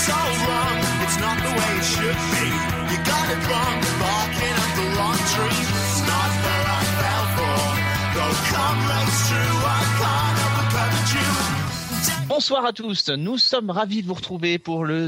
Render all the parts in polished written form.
so wrong. It's not the way it should be. You got it wrong, barking up the wrong tree. It's not where I fell for. Though come race true, I can't help but covet you. Bonsoir à tous, nous sommes ravis de vous retrouver pour le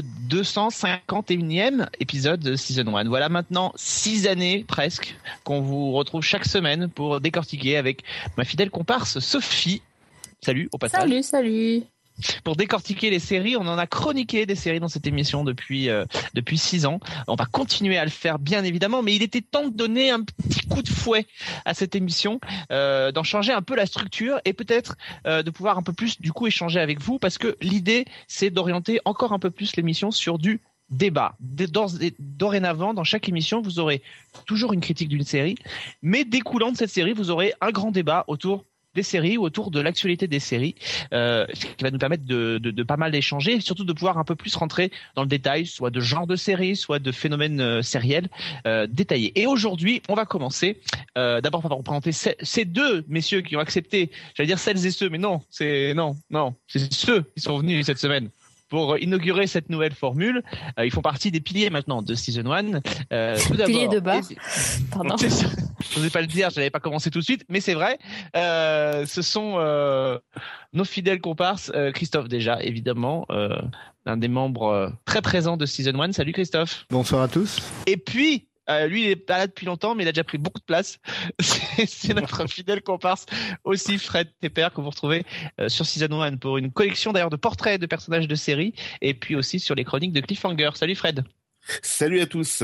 251e épisode de Season 1. Voilà maintenant 6 années presque qu'on vous retrouve chaque semaine pour décortiquer avec ma fidèle comparse Sophie. Salut au passage. Salut. Pour décortiquer les séries, on en a chroniqué des séries dans cette émission depuis 6 ans. On va continuer à le faire bien évidemment, mais il était temps de donner un petit coup de fouet à cette émission, d'en changer un peu la structure et peut-être de pouvoir un peu plus du coup échanger avec vous, parce que l'idée c'est d'orienter encore un peu plus l'émission sur du débat. Dorénavant, dans chaque émission, vous aurez toujours une critique d'une série, mais découlant de cette série, vous aurez un grand débat autour des séries ou autour de l'actualité des séries, ce qui va nous permettre de pas mal échanger et surtout de pouvoir un peu plus rentrer dans le détail, soit de genre de série, soit de phénomènes sériels détaillés. Et aujourd'hui, on va commencer d'abord par vous présenter ces deux messieurs qui ont accepté, j'allais dire celles et ceux, mais non, c'est ceux qui sont venus cette semaine pour inaugurer cette nouvelle formule. Ils font partie des piliers maintenant de Season 1. Tout d'abord, piliers de bar. Pardon. Je n'osais pas le dire, je n'avais pas commencé tout de suite, mais c'est vrai. Ce sont nos fidèles comparses. Christophe déjà, évidemment, l'un des membres très présents de Season 1. Salut Christophe. Bonsoir à tous. Et puis, lui, il est pas là depuis longtemps, mais il a déjà pris beaucoup de place. C'est notre fidèle comparse aussi, Fred Tepper, que vous retrouvez sur Season 1 pour une collection d'ailleurs de portraits de personnages de séries, et puis aussi sur les chroniques de Cliffhanger. Salut Fred. Salut à tous.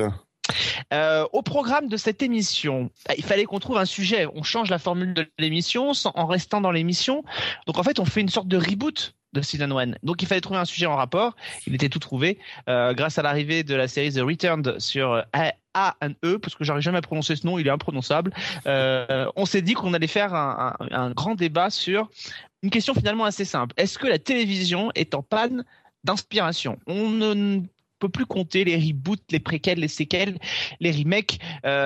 Au programme de cette émission, il fallait qu'on trouve un sujet. On change la formule de l'émission en restant dans l'émission. Donc en fait, on fait une sorte de reboot de Season 1. Donc il fallait trouver un sujet en rapport. Il était tout trouvé grâce à l'arrivée de la série The Returned sur A&E, parce que j'arrive jamais à prononcer ce nom, il est imprononçable. On s'est dit qu'on allait faire un grand débat sur une question finalement assez simple. Est-ce que la télévision est en panne d'inspiration ? On ne peut plus compter les reboots, les préquels, les séquelles, les remakes,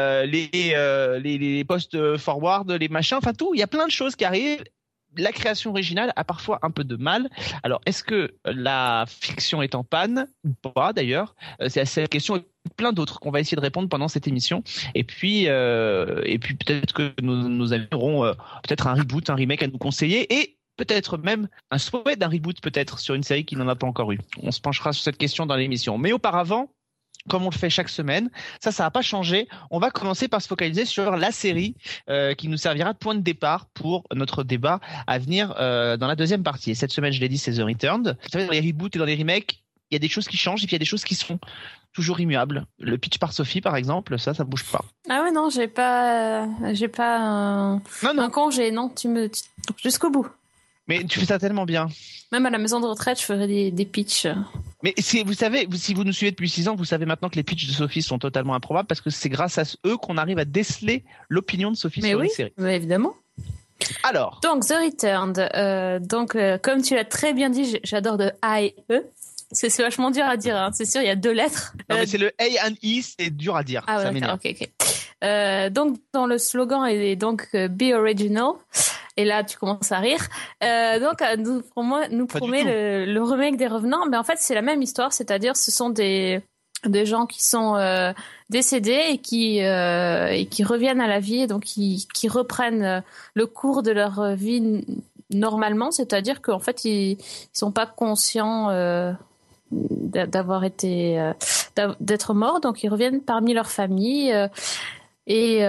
les post-forward, les machins, enfin tout. Il y a plein de choses qui arrivent. La création originale a parfois un peu de mal. Alors, est-ce que la fiction est en panne ou pas d'ailleurs ? C'est à cette question et plein d'autres qu'on va essayer de répondre pendant cette émission. Et puis peut-être que nos amis auront peut-être un reboot, un remake à nous conseiller et peut-être même un souhait d'un reboot peut-être sur une série qui n'en a pas encore eu. On se penchera sur cette question dans l'émission. Mais auparavant, comme on le fait chaque semaine, ça n'a pas changé. On va commencer par se focaliser sur la série qui nous servira de point de départ pour notre débat à venir dans la deuxième partie. Et cette semaine, je l'ai dit, c'est The Returned. Vous savez, dans les reboots et dans les remakes, il y a des choses qui changent et puis il y a des choses qui sont toujours immuables. Le pitch par Sophie, par exemple, ça bouge pas. Ah ouais, non, j'ai pas un congé, non, jusqu'au bout. Mais tu fais ça tellement bien. Même à la maison de retraite, je ferais des pitchs. Mais vous savez, si vous nous suivez depuis 6 ans, vous savez maintenant que les pitchs de Sophie sont totalement improbables parce que c'est grâce à eux qu'on arrive à déceler l'opinion de Sophie sur une série. Mais évidemment. Alors. Donc, The Returned. Comme tu l'as très bien dit, j'adore de A et E. C'est vachement dur à dire, hein. C'est sûr, il y a 2 lettres. Non, mais c'est le A and E, c'est dur à dire. Ah ça ouais, m'énerve. ok. Donc, dans le slogan, il est donc Be Original. Et là, tu commences à rire. Donc, nous promet le remake des Revenants. Mais en fait, c'est la même histoire. C'est-à-dire, ce sont des gens qui sont décédés et qui reviennent à la vie. Et donc, qui reprennent le cours de leur vie normalement. C'est-à-dire qu'en fait, ils sont pas conscients d'avoir été d'être morts. Donc, ils reviennent parmi leur famille. Et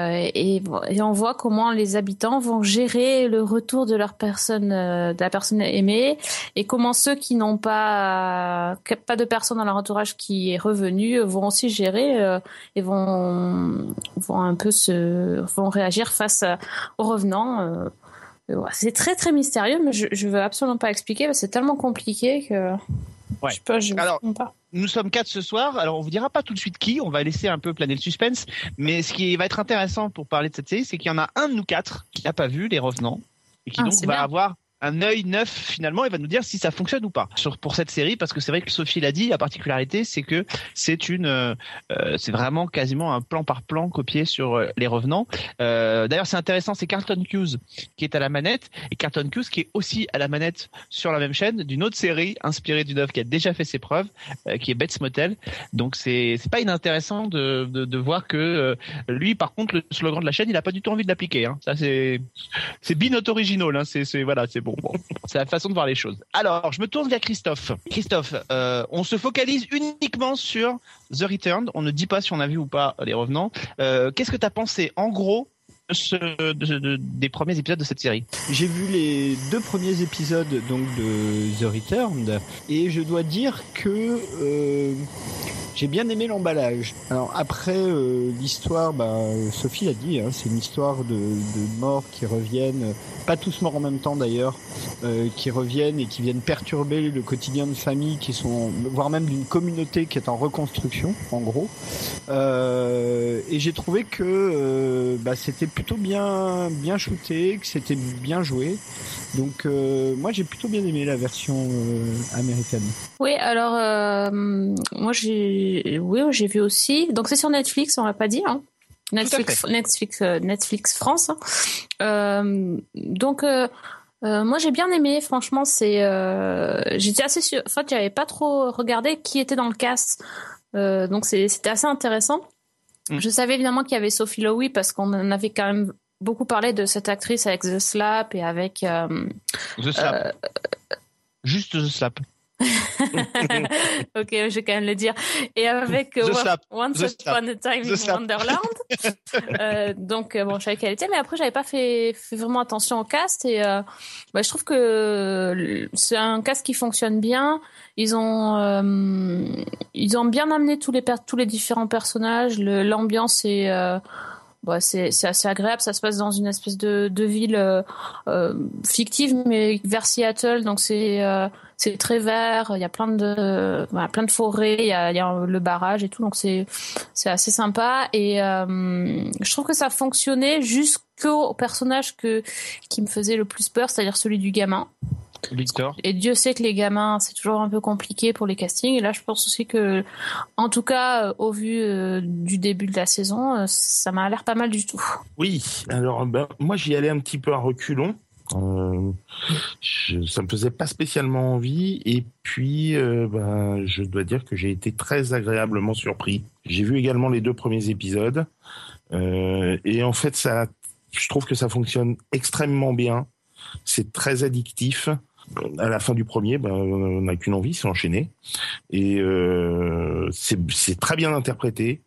on voit comment les habitants vont gérer le retour de la personne aimée et comment ceux qui n'ont pas de personne dans leur entourage qui est revenue vont aussi gérer et vont un peu vont réagir face aux revenants. C'est très très mystérieux, mais je veux absolument pas expliquer parce que c'est tellement compliqué que ouais. Alors, nous sommes 4 ce soir. Alors, on vous dira pas tout de suite qui. On va laisser un peu planer le suspense. Mais ce qui va être intéressant pour parler de cette série, c'est qu'il y en a un de nous 4 qui n'a pas vu Les Revenants et qui donc va avoir un œil neuf finalement et va nous dire si ça fonctionne ou pas pour cette série, parce que c'est vrai que Sophie l'a dit, la particularité c'est que c'est vraiment quasiment un plan par plan copié sur Les Revenants. D'ailleurs c'est intéressant, c'est Carlton Cuse qui est à la manette, et Carlton Cuse qui est aussi à la manette sur la même chaîne d'une autre série inspirée d'une œuvre qui a déjà fait ses preuves, qui est Bates Motel. Donc c'est pas inintéressant de voir que lui par contre le slogan de la chaîne il a pas du tout envie de l'appliquer, hein. Ça c'est be not original, hein. Voilà, c'est bon, c'est la façon de voir les choses. Alors je me tourne vers Christophe. Christophe, on se focalise uniquement sur The Return, on ne dit pas si on a vu ou pas Les Revenants. Qu'est-ce que t'as pensé en gros des premiers épisodes de cette série? J'ai vu les 2 premiers épisodes donc de The Returned et je dois dire que j'ai bien aimé l'emballage. Alors après l'histoire, Sophie l'a dit, hein, c'est une histoire de morts qui reviennent, pas tous morts en même temps d'ailleurs, qui reviennent et qui viennent perturber le quotidien de familles qui sont, voire même d'une communauté qui est en reconstruction en gros. Et j'ai trouvé que c'était plutôt bien shooté, que c'était bien joué. Donc moi j'ai plutôt bien aimé la version américaine. Oui, alors moi j'ai vu aussi. Donc c'est sur Netflix, on l'a pas dit, hein. Netflix France. Donc moi j'ai bien aimé. Franchement, j'étais assez sûre. En fait, j'avais pas trop regardé qui était dans le cast. Donc c'était assez intéressant. Je savais évidemment qu'il y avait Sophie Lowy parce qu'on en avait quand même beaucoup parlé de cette actrice avec The Slap et avec The Slap. Juste The Slap. Ok, je vais quand même le dire. Et avec Once Upon a Time in Wonderland. Donc bon, je savais qu'elle était, mais après j'avais pas fait vraiment attention au cast et je trouve que c'est un cast qui fonctionne bien. Ils ont bien amené tous les différents personnages. L'ambiance est c'est assez agréable. Ça se passe dans une espèce de ville fictive, mais vers Seattle. Donc c'est très vert. Il y a plein de forêts. Il y a le barrage et tout. Donc c'est assez sympa. Et je trouve que ça fonctionnait jusqu'au personnage qui me faisait le plus peur, c'est-à-dire celui du gamin. Victor. Et Dieu sait que les gamins, c'est toujours un peu compliqué pour les castings. Et là, je pense aussi que, en tout cas, au vu du début de la saison, ça m'a l'air pas mal du tout. Oui, alors moi j'y allais un petit peu à reculons. Ça me faisait pas spécialement envie. Et puis, je dois dire que j'ai été très agréablement surpris. J'ai vu également les 2 premiers épisodes. Et en fait, je trouve que ça fonctionne extrêmement bien. C'est très addictif. À la fin du premier, on n'a qu'une envie, c'est enchaîner. Et c'est très bien interprété.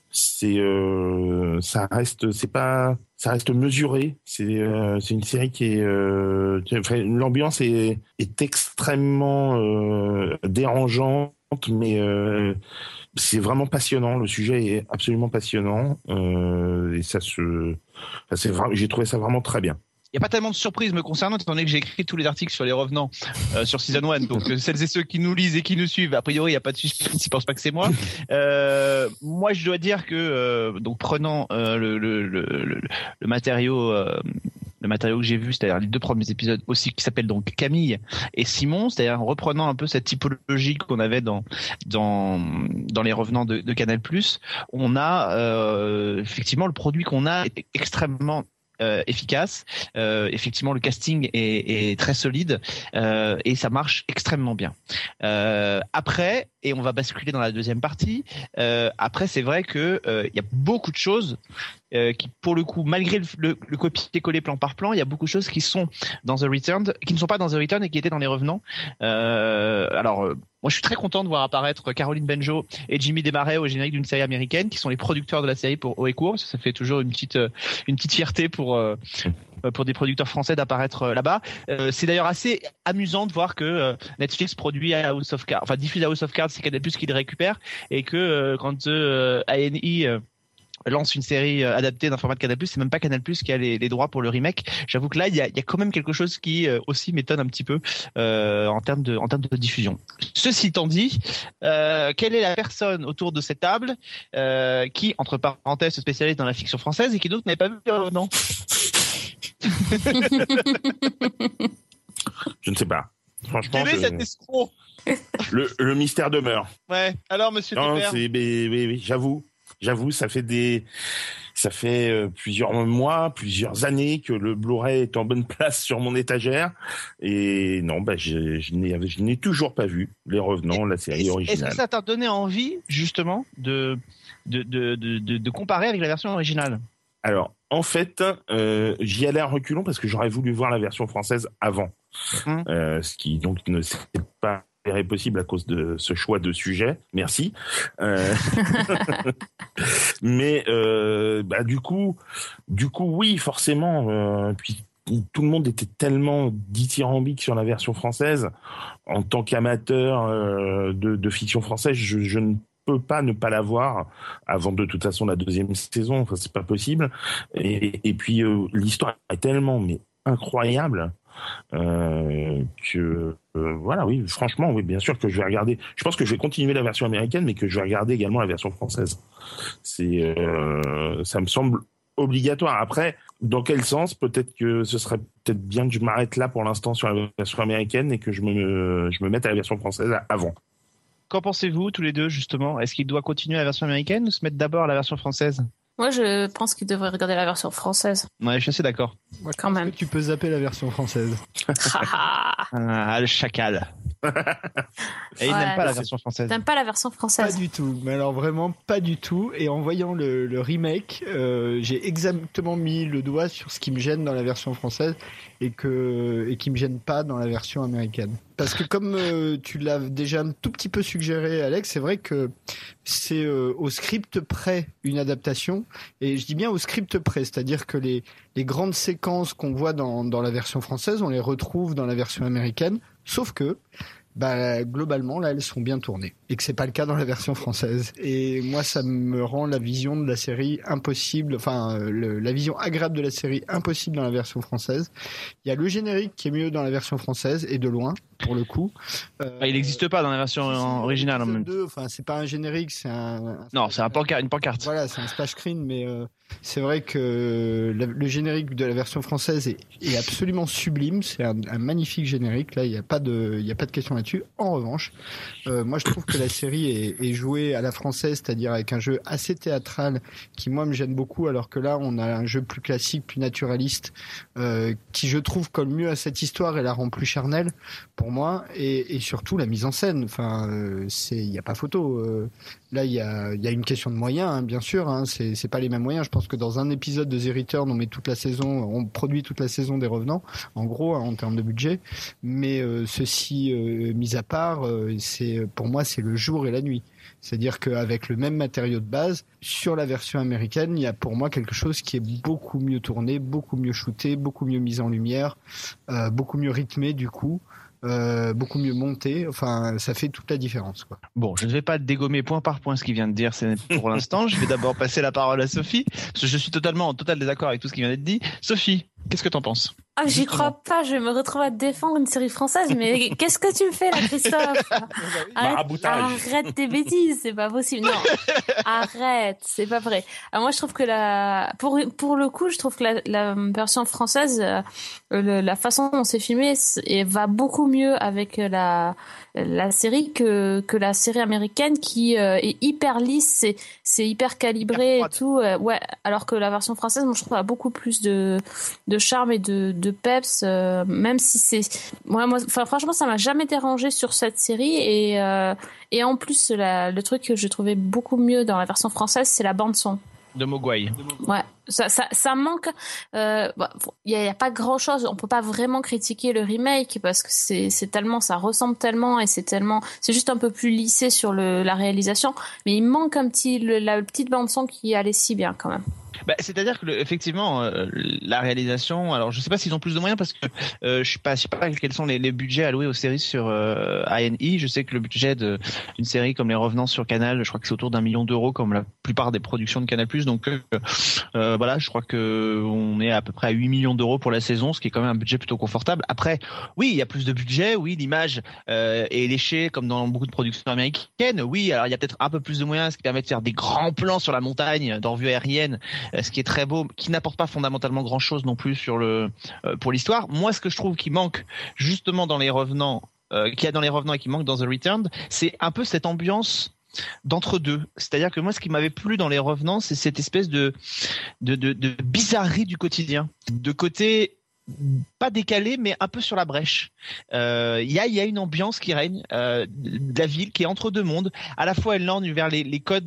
Ça reste mesuré. C'est une série qui est, l'ambiance est extrêmement dérangeante, mais c'est vraiment passionnant. Le sujet est absolument passionnant. Et j'ai trouvé ça vraiment très bien. Il n'y a pas tellement de surprises me concernant, étant donné que j'ai écrit tous les articles sur Les Revenants sur Season 1. Donc, celles et ceux qui nous lisent et qui nous suivent, a priori, il n'y a pas de suspense, ils ne pensent pas que c'est moi. Moi, je dois dire que, donc, prenant le matériau que j'ai vu, c'est-à-dire les 2 premiers épisodes aussi, qui s'appellent donc Camille et Simon, c'est-à-dire en reprenant un peu cette typologie qu'on avait dans Les Revenants de Canal+, on a effectivement le produit qu'on a est extrêmement efficace. Effectivement, le casting est très solide et ça marche extrêmement bien. Après, et on va basculer dans la deuxième partie. Après, c'est vrai que il y a beaucoup de choses qui, pour le coup, malgré le copier-coller plan par plan, il y a beaucoup de choses qui sont dans The Returned, qui ne sont pas dans The Returned et qui étaient dans Les Revenants. Moi, je suis très content de voir apparaître Caroline Benjo et Jimmy Desmarais au générique d'une série américaine, qui sont les producteurs de la série pour Haut et Court. Ça fait toujours une petite fierté pour des producteurs français d'apparaître là-bas. C'est d'ailleurs assez amusant de voir que Netflix produit House of Cards, enfin diffuse House of Cards, c'est Canal+ qui le récupère, et que quand A&E lance une série adaptée d'un format de Canal+, c'est même pas Canal+ qui a les droits pour le remake. J'avoue que là, il y a quand même quelque chose qui aussi m'étonne un petit peu en termes de diffusion. Ceci étant dit, quelle est la personne autour de cette table qui, entre parenthèses, se spécialise dans la fiction française et qui d'autre n'avait pas vu Les Revenants? Je ne sais pas. Franchement, cet escroc. le mystère demeure. Ouais. Alors, monsieur Non, Tepper. oui, j'avoue, ça fait plusieurs mois, plusieurs années que le Blu-ray est en bonne place sur mon étagère. Et non, je n'ai toujours pas vu Les Revenants, la série originale. Est-ce que ça t'a donné envie, justement, de comparer avec la version originale? Alors, en fait, j'y allais à reculons parce que j'aurais voulu voir la version française avant. Ce qui donc ne s'est pas possible à cause de ce choix de sujet. Merci. Mais du coup, oui, forcément. Puis tout le monde était tellement dithyrambique sur la version française. En tant qu'amateur de fiction française, je ne peux pas ne pas la voir avant de toute façon la deuxième saison. Enfin, c'est pas possible. Et puis l'histoire est tellement incroyable. Voilà, oui, franchement, oui, bien sûr que je vais regarder. Je pense que je vais continuer la version américaine, mais que je vais regarder également la version française. Ça me semble obligatoire. Après, dans quel sens? Peut-être que ce serait peut-être bien que je m'arrête là pour l'instant sur la version américaine et que je me mette à la version française avant. Qu'en pensez-vous tous les deux, justement? Est-ce qu'il doit continuer la version américaine ou se mettre d'abord à la version française? Moi, je pense qu'il devrait regarder la version française. Ouais, je suis assez d'accord. Quand même. Tu peux zapper la version française. Le chacal. Et il n'aime pas la version française. T'aimes pas la version française? Pas du tout, mais alors vraiment pas du tout. Et en voyant le remake, j'ai exactement mis le doigt sur ce qui me gêne dans la version française et qui me gêne pas dans la version américaine. Parce que comme tu l'as déjà un tout petit peu suggéré, Alex, c'est vrai que c'est au script près une adaptation. Et je dis bien au script près, c'est-à-dire que les grandes séquences qu'on voit dans la version française, on les retrouve dans la version américaine. Sauf que, globalement, là, elles sont bien tournées. Et que c'est pas le cas dans la version française. Et moi, ça me rend la vision de la série impossible, enfin, la vision agréable de la série impossible dans la version française. Il y a le générique qui est mieux dans la version française, et de loin, pour le coup. Il n'existe pas dans la version originale. En même temps. Enfin, c'est pas un générique, c'est Non, c'est une pancarte. Voilà, c'est un splash screen, mais c'est vrai que le générique de la version française est absolument sublime. C'est un magnifique générique. Là, il y a pas de question là-dessus. En revanche, moi, je trouve que la série est jouée à la française, c'est-à-dire avec un jeu assez théâtral qui, moi, me gêne beaucoup, alors que là, on a un jeu plus classique, plus naturaliste, qui, je trouve, colle mieux à cette histoire et la rend plus charnelle pour moi, et surtout la mise en scène. Enfin, il y a pas photo. Là, il y a une question de moyens, hein, bien sûr. Hein, c'est pas les mêmes moyens. Je pense que dans un épisode de The Return, on produit toute la saison des Revenants, en gros, hein, en termes de budget. Mais ceci mis à part, pour moi, c'est le jour et la nuit. C'est-à-dire qu'avec le même matériau de base, sur la version américaine, il y a pour moi quelque chose qui est beaucoup mieux tourné, beaucoup mieux shooté, beaucoup mieux mis en lumière, beaucoup mieux rythmé du coup. Beaucoup mieux monté, enfin ça fait toute la différence, quoi. Bon, je ne vais pas dégommer point par point ce qu'il vient de dire pour l'instant. Je vais d'abord passer la parole à Sophie, parce que je suis en total désaccord avec tout ce qui vient d'être dit. Sophie, qu'est-ce que t'en penses? Ah, j'y crois pas, je me retrouve à défendre une série française, mais qu'est-ce que tu me fais là, Christophe? Arrête tes bêtises, c'est pas possible. Non, arrête, c'est pas vrai. Alors moi, je trouve que pour le coup, je trouve que la version française, la façon dont c'est filmé, va beaucoup mieux avec la série que la série américaine qui est hyper lisse, c'est hyper calibré et tout. Ouais, alors que la version française, moi, je trouve a beaucoup plus de charme et de peps, même si franchement, ça m'a jamais dérangé sur cette série, et en plus, le truc que je trouvais beaucoup mieux dans la version française, c'est la bande son de Mogwai. Ouais, ça manque. Il y a pas grand chose. On peut pas vraiment critiquer le remake parce que c'est tellement, ça ressemble tellement, et c'est juste un peu plus lissé sur la réalisation. Mais il manque la petite bande son qui allait si bien quand même. C'est-à-dire que effectivement, la réalisation. Alors, je sais pas s'ils ont plus de moyens parce que je sais pas quels sont les budgets alloués aux séries sur A&E. Je sais que le budget d'une série comme Les Revenants sur Canal, je crois que c'est autour d'1 million d'euros, comme la plupart des productions de Canal+. Donc voilà, je crois que on est à peu près à 8 millions d'euros pour la saison, ce qui est quand même un budget plutôt confortable. Après, oui, il y a plus de budget. Oui, l'image est léchée comme dans beaucoup de productions américaines. Oui, alors il y a peut-être un peu plus de moyens, ce qui permet de faire des grands plans sur la montagne dans vue aérienne. ce qui est très beau, qui n'apporte pas fondamentalement grand-chose non plus pour l'histoire. Moi, ce que je trouve qui manque justement dans Les Revenants, qu'il y a dans Les Revenants et qui manque dans The Returned, c'est un peu cette ambiance d'entre-deux. C'est-à-dire que moi, ce qui m'avait plu dans Les Revenants, c'est cette espèce de bizarrerie du quotidien, de côté pas décalé, mais un peu sur la brèche. Il y a une ambiance qui règne de la ville, qui est entre deux mondes. À la fois, elle lorgne vers les codes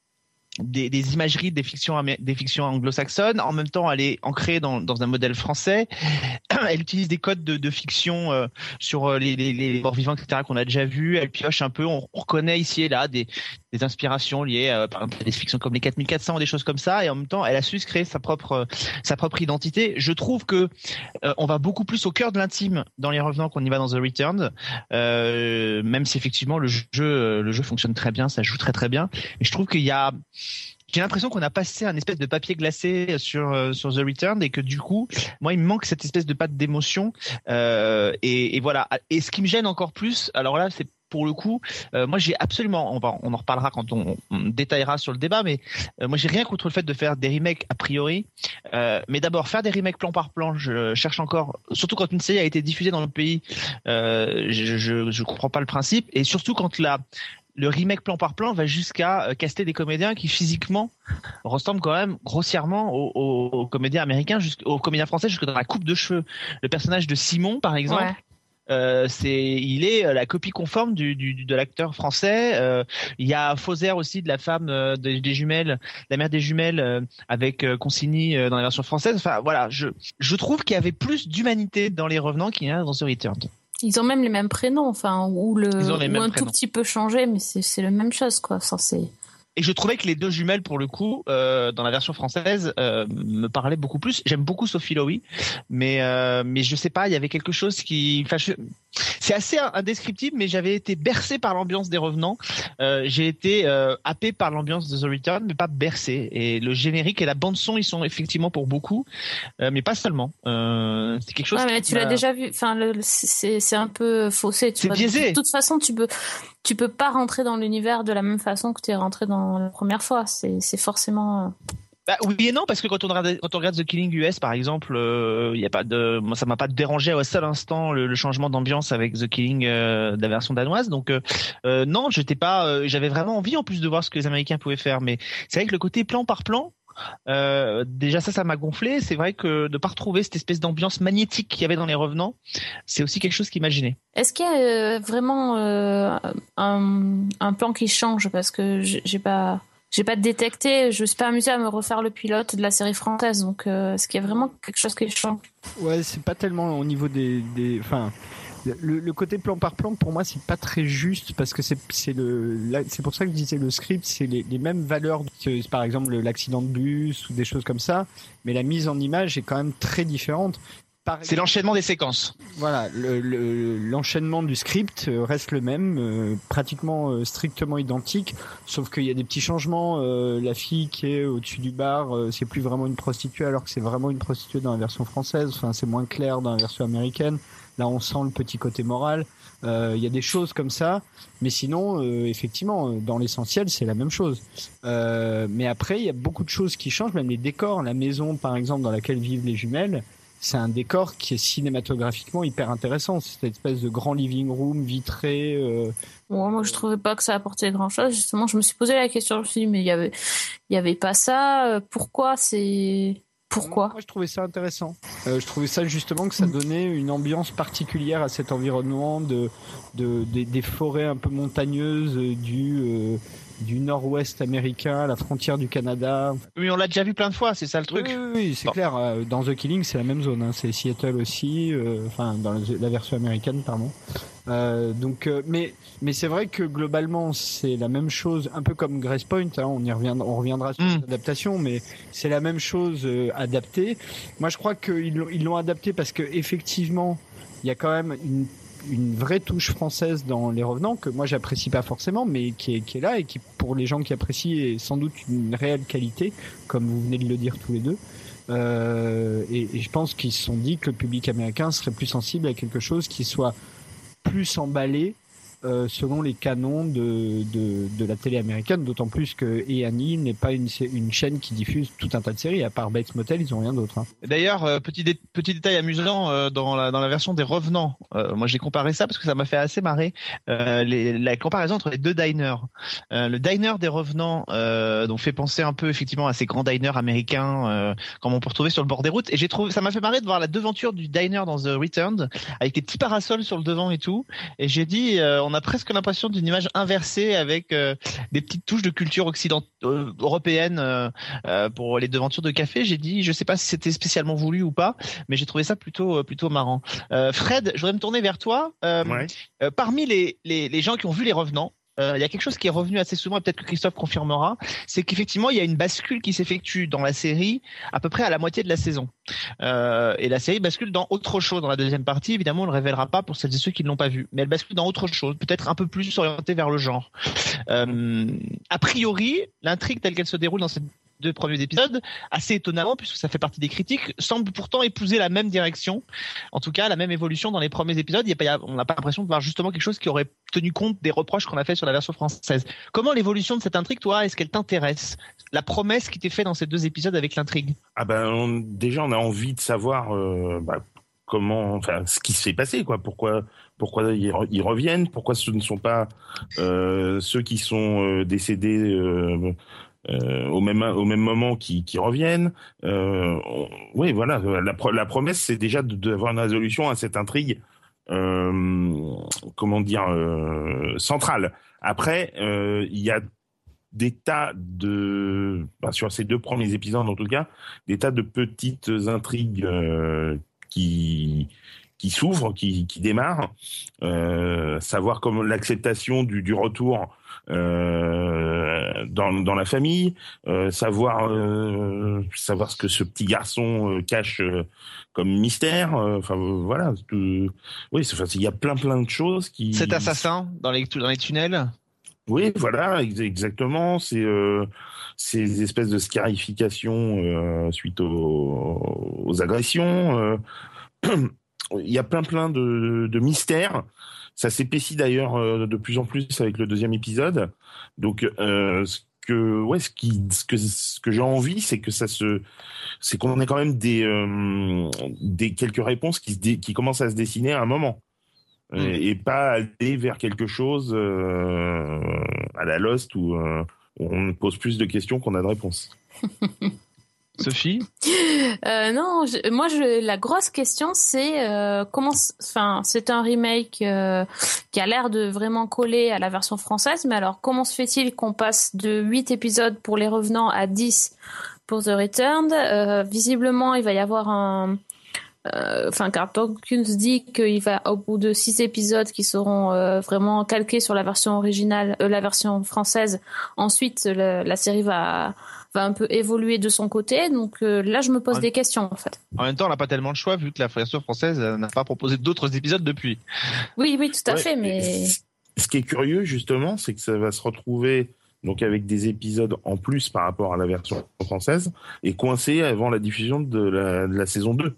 des imageries des fictions anglo-saxonnes. En même temps, elle est ancrée dans un modèle français. Elle utilise des codes de fiction sur les morts vivants, etc., qu'on a déjà vu. Elle pioche un peu. On reconnaît ici et là des inspirations liées par exemple à des fictions comme les 4400 ou des choses comme ça. Et en même temps, elle a su se créer sa propre identité. Je trouve que on va beaucoup plus au cœur de l'intime dans Les Revenants qu'on y va dans The Returned. Même si effectivement le jeu fonctionne très bien, ça joue très très bien. Mais je trouve j'ai l'impression qu'on a passé un espèce de papier glacé sur The Return et que du coup, moi, il me manque cette espèce de patte d'émotion. Et voilà. Et ce qui me gêne encore plus, alors là, c'est pour le coup, moi, j'ai absolument, on en reparlera quand on détaillera sur le débat, mais moi, j'ai rien contre le fait de faire des remakes a priori. Mais d'abord, faire des remakes plan par plan, je cherche encore, surtout quand une série a été diffusée dans le pays, je comprends pas le principe. Et surtout quand le remake plan par plan va jusqu'à caster des comédiens qui physiquement ressemblent quand même grossièrement aux comédiens américains, aux comédiens français, jusque dans la coupe de cheveux. Le personnage de Simon, par exemple, il est la copie conforme de l'acteur français. Il y a Fauzer aussi, de la femme des jumelles, la mère des jumelles, avec Consigny dans la version française. Enfin voilà, je trouve qu'il y avait plus d'humanité dans Les Revenants qu'il y a dans The Returned. Ils ont même les mêmes prénoms, enfin, ou un tout petit peu changé, mais c'est la même chose, quoi. Enfin, Et je trouvais que les deux jumelles, pour le coup, dans la version française, me parlaient beaucoup plus. J'aime beaucoup Sophie Lowy, mais je sais pas, il y avait quelque chose qui, c'est assez indescriptible, mais j'avais été bercé par l'ambiance des Revenants. J'ai été happé par l'ambiance de The Return, mais pas bercé. Et le générique et la bande son, ils sont effectivement pour beaucoup, mais pas seulement. C'est quelque chose. Ouais, mais tu l'as déjà vu. Enfin, c'est un peu faussé. C'est biaisé. De toute façon, tu peux pas rentrer dans l'univers de la même façon que tu es rentré dans la première fois. C'est forcément. Bah, oui et non, parce que quand on regarde The Killing US par exemple, y a pas moi ça m'a pas dérangé à un seul instant le changement d'ambiance avec The Killing de la version danoise. Donc non, j'avais vraiment envie en plus de voir ce que les Américains pouvaient faire. Mais c'est vrai que le côté plan par plan, déjà ça m'a gonflé. C'est vrai que de pas retrouver cette espèce d'ambiance magnétique qu'il y avait dans Les Revenants, c'est aussi quelque chose qui m'a gêné. Est-ce qu'il y a vraiment un plan qui change, parce que j'ai pas détecté, je me suis pas amusée à me refaire le pilote de la série française, donc est-ce qu'il y a vraiment quelque chose qui change? Ouais, c'est pas tellement au niveau des enfin, le côté plan par plan, pour moi, c'est pas très juste, parce que c'est pour ça que je disais le script, c'est les mêmes valeurs que, par exemple, l'accident de bus ou des choses comme ça, mais la mise en image est quand même très différente. C'est l'enchaînement des séquences. Voilà, l'enchaînement du script reste le même, pratiquement strictement identique, sauf qu'il y a des petits changements. La fille qui est au-dessus du bar, c'est plus vraiment une prostituée, alors que c'est vraiment une prostituée dans la version française. Enfin, c'est moins clair dans la version américaine. Là, on sent le petit côté moral. Il y a des choses comme ça, mais sinon, effectivement, dans l'essentiel, c'est la même chose. Mais après, il y a beaucoup de choses qui changent, même les décors. La maison, par exemple, dans laquelle vivent les jumelles, c'est un décor qui est cinématographiquement hyper intéressant. C'est cette espèce de grand living room vitré. Moi, je trouvais pas que ça apportait grand-chose. Justement, je me suis posé la question, je me suis dit, mais il y avait pas ça. Pourquoi Moi, je trouvais ça intéressant. Je trouvais ça justement que ça donnait une ambiance particulière à cet environnement des forêts un peu montagneuses du nord-ouest américain, à la frontière du Canada. Oui, on l'a déjà vu plein de fois, c'est ça le truc. Oui, c'est clair. Dans The Killing, c'est la même zone. Hein. C'est Seattle aussi, enfin dans la version américaine, pardon. Mais c'est vrai que globalement, c'est la même chose, un peu comme Grace Point. Hein, on reviendra sur l'adaptation, mais c'est la même chose adaptée. Moi, je crois qu'ils l'ont adapté parce que effectivement, il y a quand même une vraie touche française dans Les Revenants que moi j'apprécie pas forcément, mais qui est là et qui, pour les gens qui apprécient, est sans doute une réelle qualité, comme vous venez de le dire tous les deux. Et je pense qu'ils se sont dit que le public américain serait plus sensible à quelque chose qui soit plus emballé selon les canons de la télé américaine, d'autant plus que A&E n'est pas une chaîne qui diffuse tout un tas de séries. À part Bates Motel, ils ont rien d'autre. Hein. D'ailleurs, petit détail amusant dans la version des Revenants. Moi, j'ai comparé ça parce que ça m'a fait assez marrer. La comparaison entre les deux diners. Le diner des Revenants donc fait penser un peu effectivement à ces grands diners américains comme on peut retrouver sur le bord des routes. Et ça m'a fait marrer de voir la devanture du diner dans The Returned avec des petits parasols sur le devant et tout. Et j'ai dit, on a presque l'impression d'une image inversée avec des petites touches de culture européenne pour les devantures de café. J'ai dit, je sais pas si c'était spécialement voulu ou pas, mais j'ai trouvé ça plutôt marrant. Fred, je voudrais me tourner vers toi. Parmi les gens qui ont vu les Revenants, il y a quelque chose qui est revenu assez souvent, et peut-être que Christophe confirmera, c'est qu'effectivement il y a une bascule qui s'effectue dans la série à peu près à la moitié de la saison. Et la série bascule dans autre chose dans la deuxième partie. Évidemment, on ne le révélera pas pour celles et ceux qui ne l'ont pas vu, mais elle bascule dans autre chose, peut-être un peu plus orientée vers le genre. A priori, l'intrigue telle qu'elle se déroule dans ces 2 premiers épisodes, assez étonnamment puisque ça fait partie des critiques, semble pourtant épouser la même direction, en tout cas la même évolution dans les premiers épisodes. On n'a pas l'impression de voir justement quelque chose qui aurait tenu compte des reproches qu'on a fait sur la version française. Comment l'évolution de cette intrigue, toi, est-ce qu'elle t'intéresse? La promesse qui t'est faite dans ces 2 épisodes avec l'intrigue? Déjà on a envie de savoir ce qui s'est passé, quoi. Pourquoi ils reviennent? Pourquoi ce ne sont pas ceux qui sont décédés au même moment qui reviennent. Oui, voilà. La promesse, c'est déjà d'avoir une résolution à cette intrigue, centrale. Après, il y a des tas sur ces 2 premiers épisodes en tout cas, des tas de petites intrigues qui s'ouvrent, qui démarrent. Savoir comment l'acceptation du retour dans la famille, savoir ce que ce petit garçon cache comme mystère. Voilà. Oui, il y a plein de choses qui. Cet assassin dans les tunnels. Oui, voilà, exactement. C'est ces espèces de scarifications suite aux agressions. Il y a plein de mystères. Ça s'épaissit d'ailleurs de plus en plus avec le 2e épisode. Donc, ce que j'ai envie, c'est que c'est qu'on ait quand même des quelques réponses qui commencent à se dessiner à un moment. Et pas aller vers quelque chose à la Lost où on pose plus de questions qu'on a de réponses. Sophie? Non, la grosse question, c'est c'est un remake qui a l'air de vraiment coller à la version française, mais alors comment se fait-il qu'on passe de 8 épisodes pour les Revenants à 10 pour The Returned? Visiblement, il va y avoir car Dawkins dit qu'il va, au bout de 6 épisodes qui seront vraiment calqués sur la version originale, la version française, ensuite la série va un peu évoluer de son côté. Donc là, je me pose des questions en fait. En même temps, on n'a pas tellement le choix vu que la version française n'a pas proposé d'autres épisodes depuis. Oui, tout à fait. Mais ce qui est curieux justement, c'est que ça va se retrouver donc avec des épisodes en plus par rapport à la version française et coincé avant la diffusion de la saison 2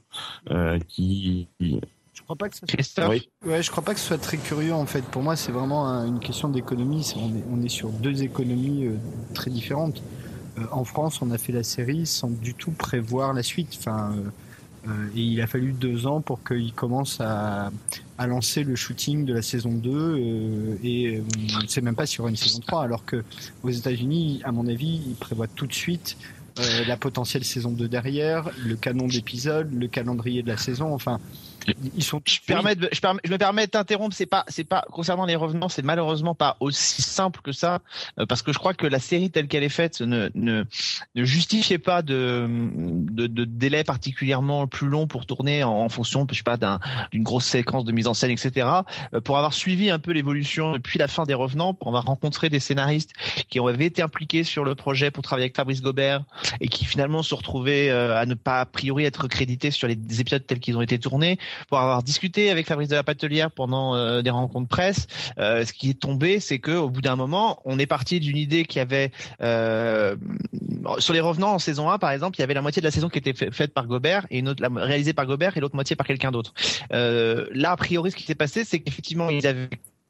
Je crois pas que ça soit... Ouais, je crois pas que ce soit très curieux en fait. Pour moi, c'est vraiment une question d'économie. On est sur 2 économies très différentes. En France, on a fait la série sans du tout prévoir la suite. Et il a fallu 2 ans pour qu'il commence à lancer le shooting de la saison 2 et on ne sait même pas s'il y aura une saison 3, alors que aux États-Unis, à mon avis, ils prévoient tout de suite la potentielle saison 2 derrière, le canon d'épisodes, le calendrier de la saison, ils sont. Je me permets de t'interrompre. C'est pas concernant les Revenants, c'est malheureusement pas aussi simple que ça, parce que je crois que la série telle qu'elle est faite ne justifiait pas de délai particulièrement plus long pour tourner en fonction, je sais pas, d'une grosse séquence de mise en scène, etc. Pour avoir suivi un peu l'évolution depuis la fin des Revenants, pour avoir rencontré des scénaristes qui avaient été impliqués sur le projet pour travailler avec Fabrice Gobert et qui finalement se retrouvaient à ne pas a priori être crédités sur les épisodes tels qu'ils ont été tournés. Pour avoir discuté avec Fabrice de la Patelière pendant des rencontres presse, ce qui est tombé, c'est que au bout d'un moment, on est parti d'une idée qui avait sur les Revenants en saison 1 par exemple, il y avait la moitié de la saison qui était faite par Gobert et une autre réalisée par Gobert et l'autre moitié par quelqu'un d'autre. Là, a priori, ce qui s'est passé, c'est qu'effectivement, ils avaient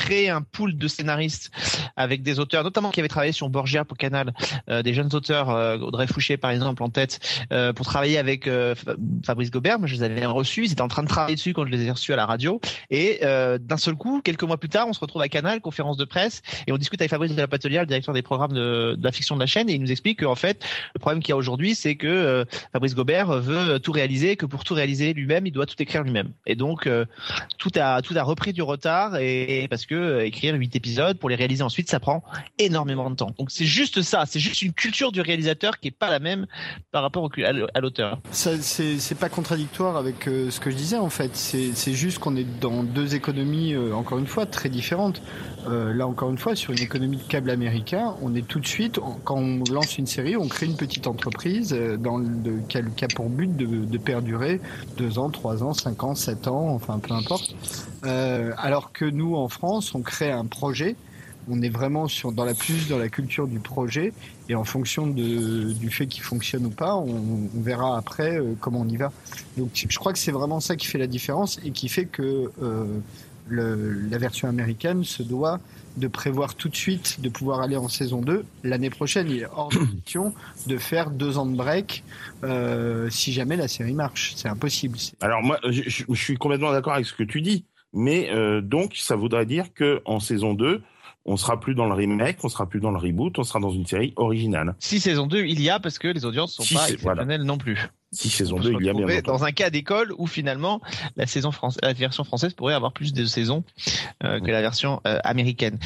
créé un pool de scénaristes avec des auteurs, notamment qui avaient travaillé sur Borgia pour Canal, des jeunes auteurs, Audrey Fouché par exemple en tête, pour travailler avec Fabrice Gobert. Moi, je les avais reçus, ils étaient en train de travailler dessus quand je les ai reçus à la radio. Et d'un seul coup, quelques mois plus tard, on se retrouve à Canal, conférence de presse, et on discute avec Fabrice de la Patelière, le directeur des programmes de la fiction de la chaîne, et il nous explique qu'en fait, le problème qu'il y a aujourd'hui, c'est que Fabrice Gobert veut tout réaliser, que pour tout réaliser lui-même, il doit tout écrire lui-même. Et donc, tout a repris du retard, et parce que écrire 8 épisodes pour les réaliser ensuite, ça prend énormément de temps. Donc c'est juste ça, c'est juste une culture du réalisateur qui est pas la même par rapport à l'auteur. Ça, c'est pas contradictoire avec ce que je disais en fait. C'est juste qu'on est dans deux économies, encore une fois, très différentes. Là, encore une fois, sur une économie de câble américain, on est tout de suite, quand on lance une série, on crée une petite entreprise qui a pour but de perdurer 2 ans, 3 ans, 5 ans, 7 ans, enfin peu importe. Alors que nous, en France, on crée un projet. On est vraiment dans la culture du projet, et en fonction du fait qu'il fonctionne ou pas, on verra après comment on y va. Donc je crois que c'est vraiment ça qui fait la différence, et qui fait que la version américaine se doit de prévoir tout de suite de pouvoir aller en saison 2 l'année prochaine. Il est hors de question de faire 2 ans de break si jamais la série marche. C'est impossible. Alors moi, je suis complètement d'accord avec ce que tu dis, mais donc ça voudrait dire que en saison 2, on sera plus dans le remake, on sera plus dans le reboot, on sera dans une série originale. Si saison 2, il y a, parce que les audiences sont pas exceptionnelles non plus. Si saison 2, il y a bien entendu. Dans un cas d'école où finalement la version française pourrait avoir plus de saisons que la version américaine.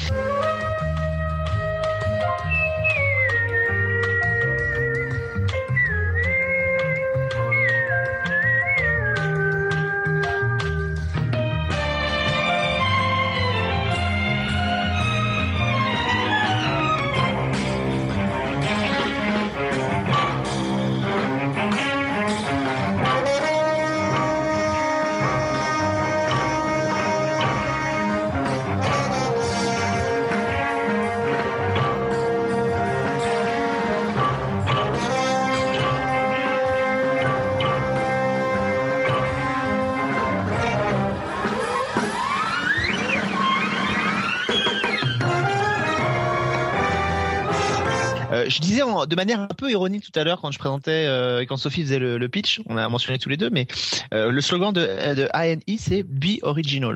Je disais de manière un peu ironique tout à l'heure quand je présentais et quand Sophie faisait le pitch, on a mentionné tous les deux, mais le slogan de A&E c'est Be Original,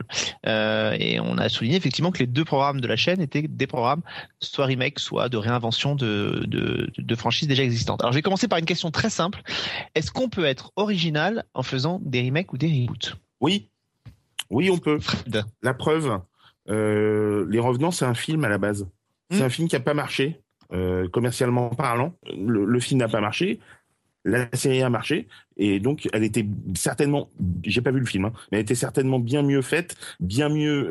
et on a souligné effectivement que les 2 programmes de la chaîne étaient des programmes soit remake, soit de réinvention de franchises déjà existantes. Alors je vais commencer par une question très simple: est-ce qu'on peut être original en faisant des remakes ou des reboots? Oui, on peut. La preuve, Les Revenants, c'est un film à la base. C'est un film qui a pas marché. Commercialement parlant, le film n'a pas marché, la série a marché, et donc elle était certainement, j'ai pas vu le film, mais elle était certainement bien mieux faite, bien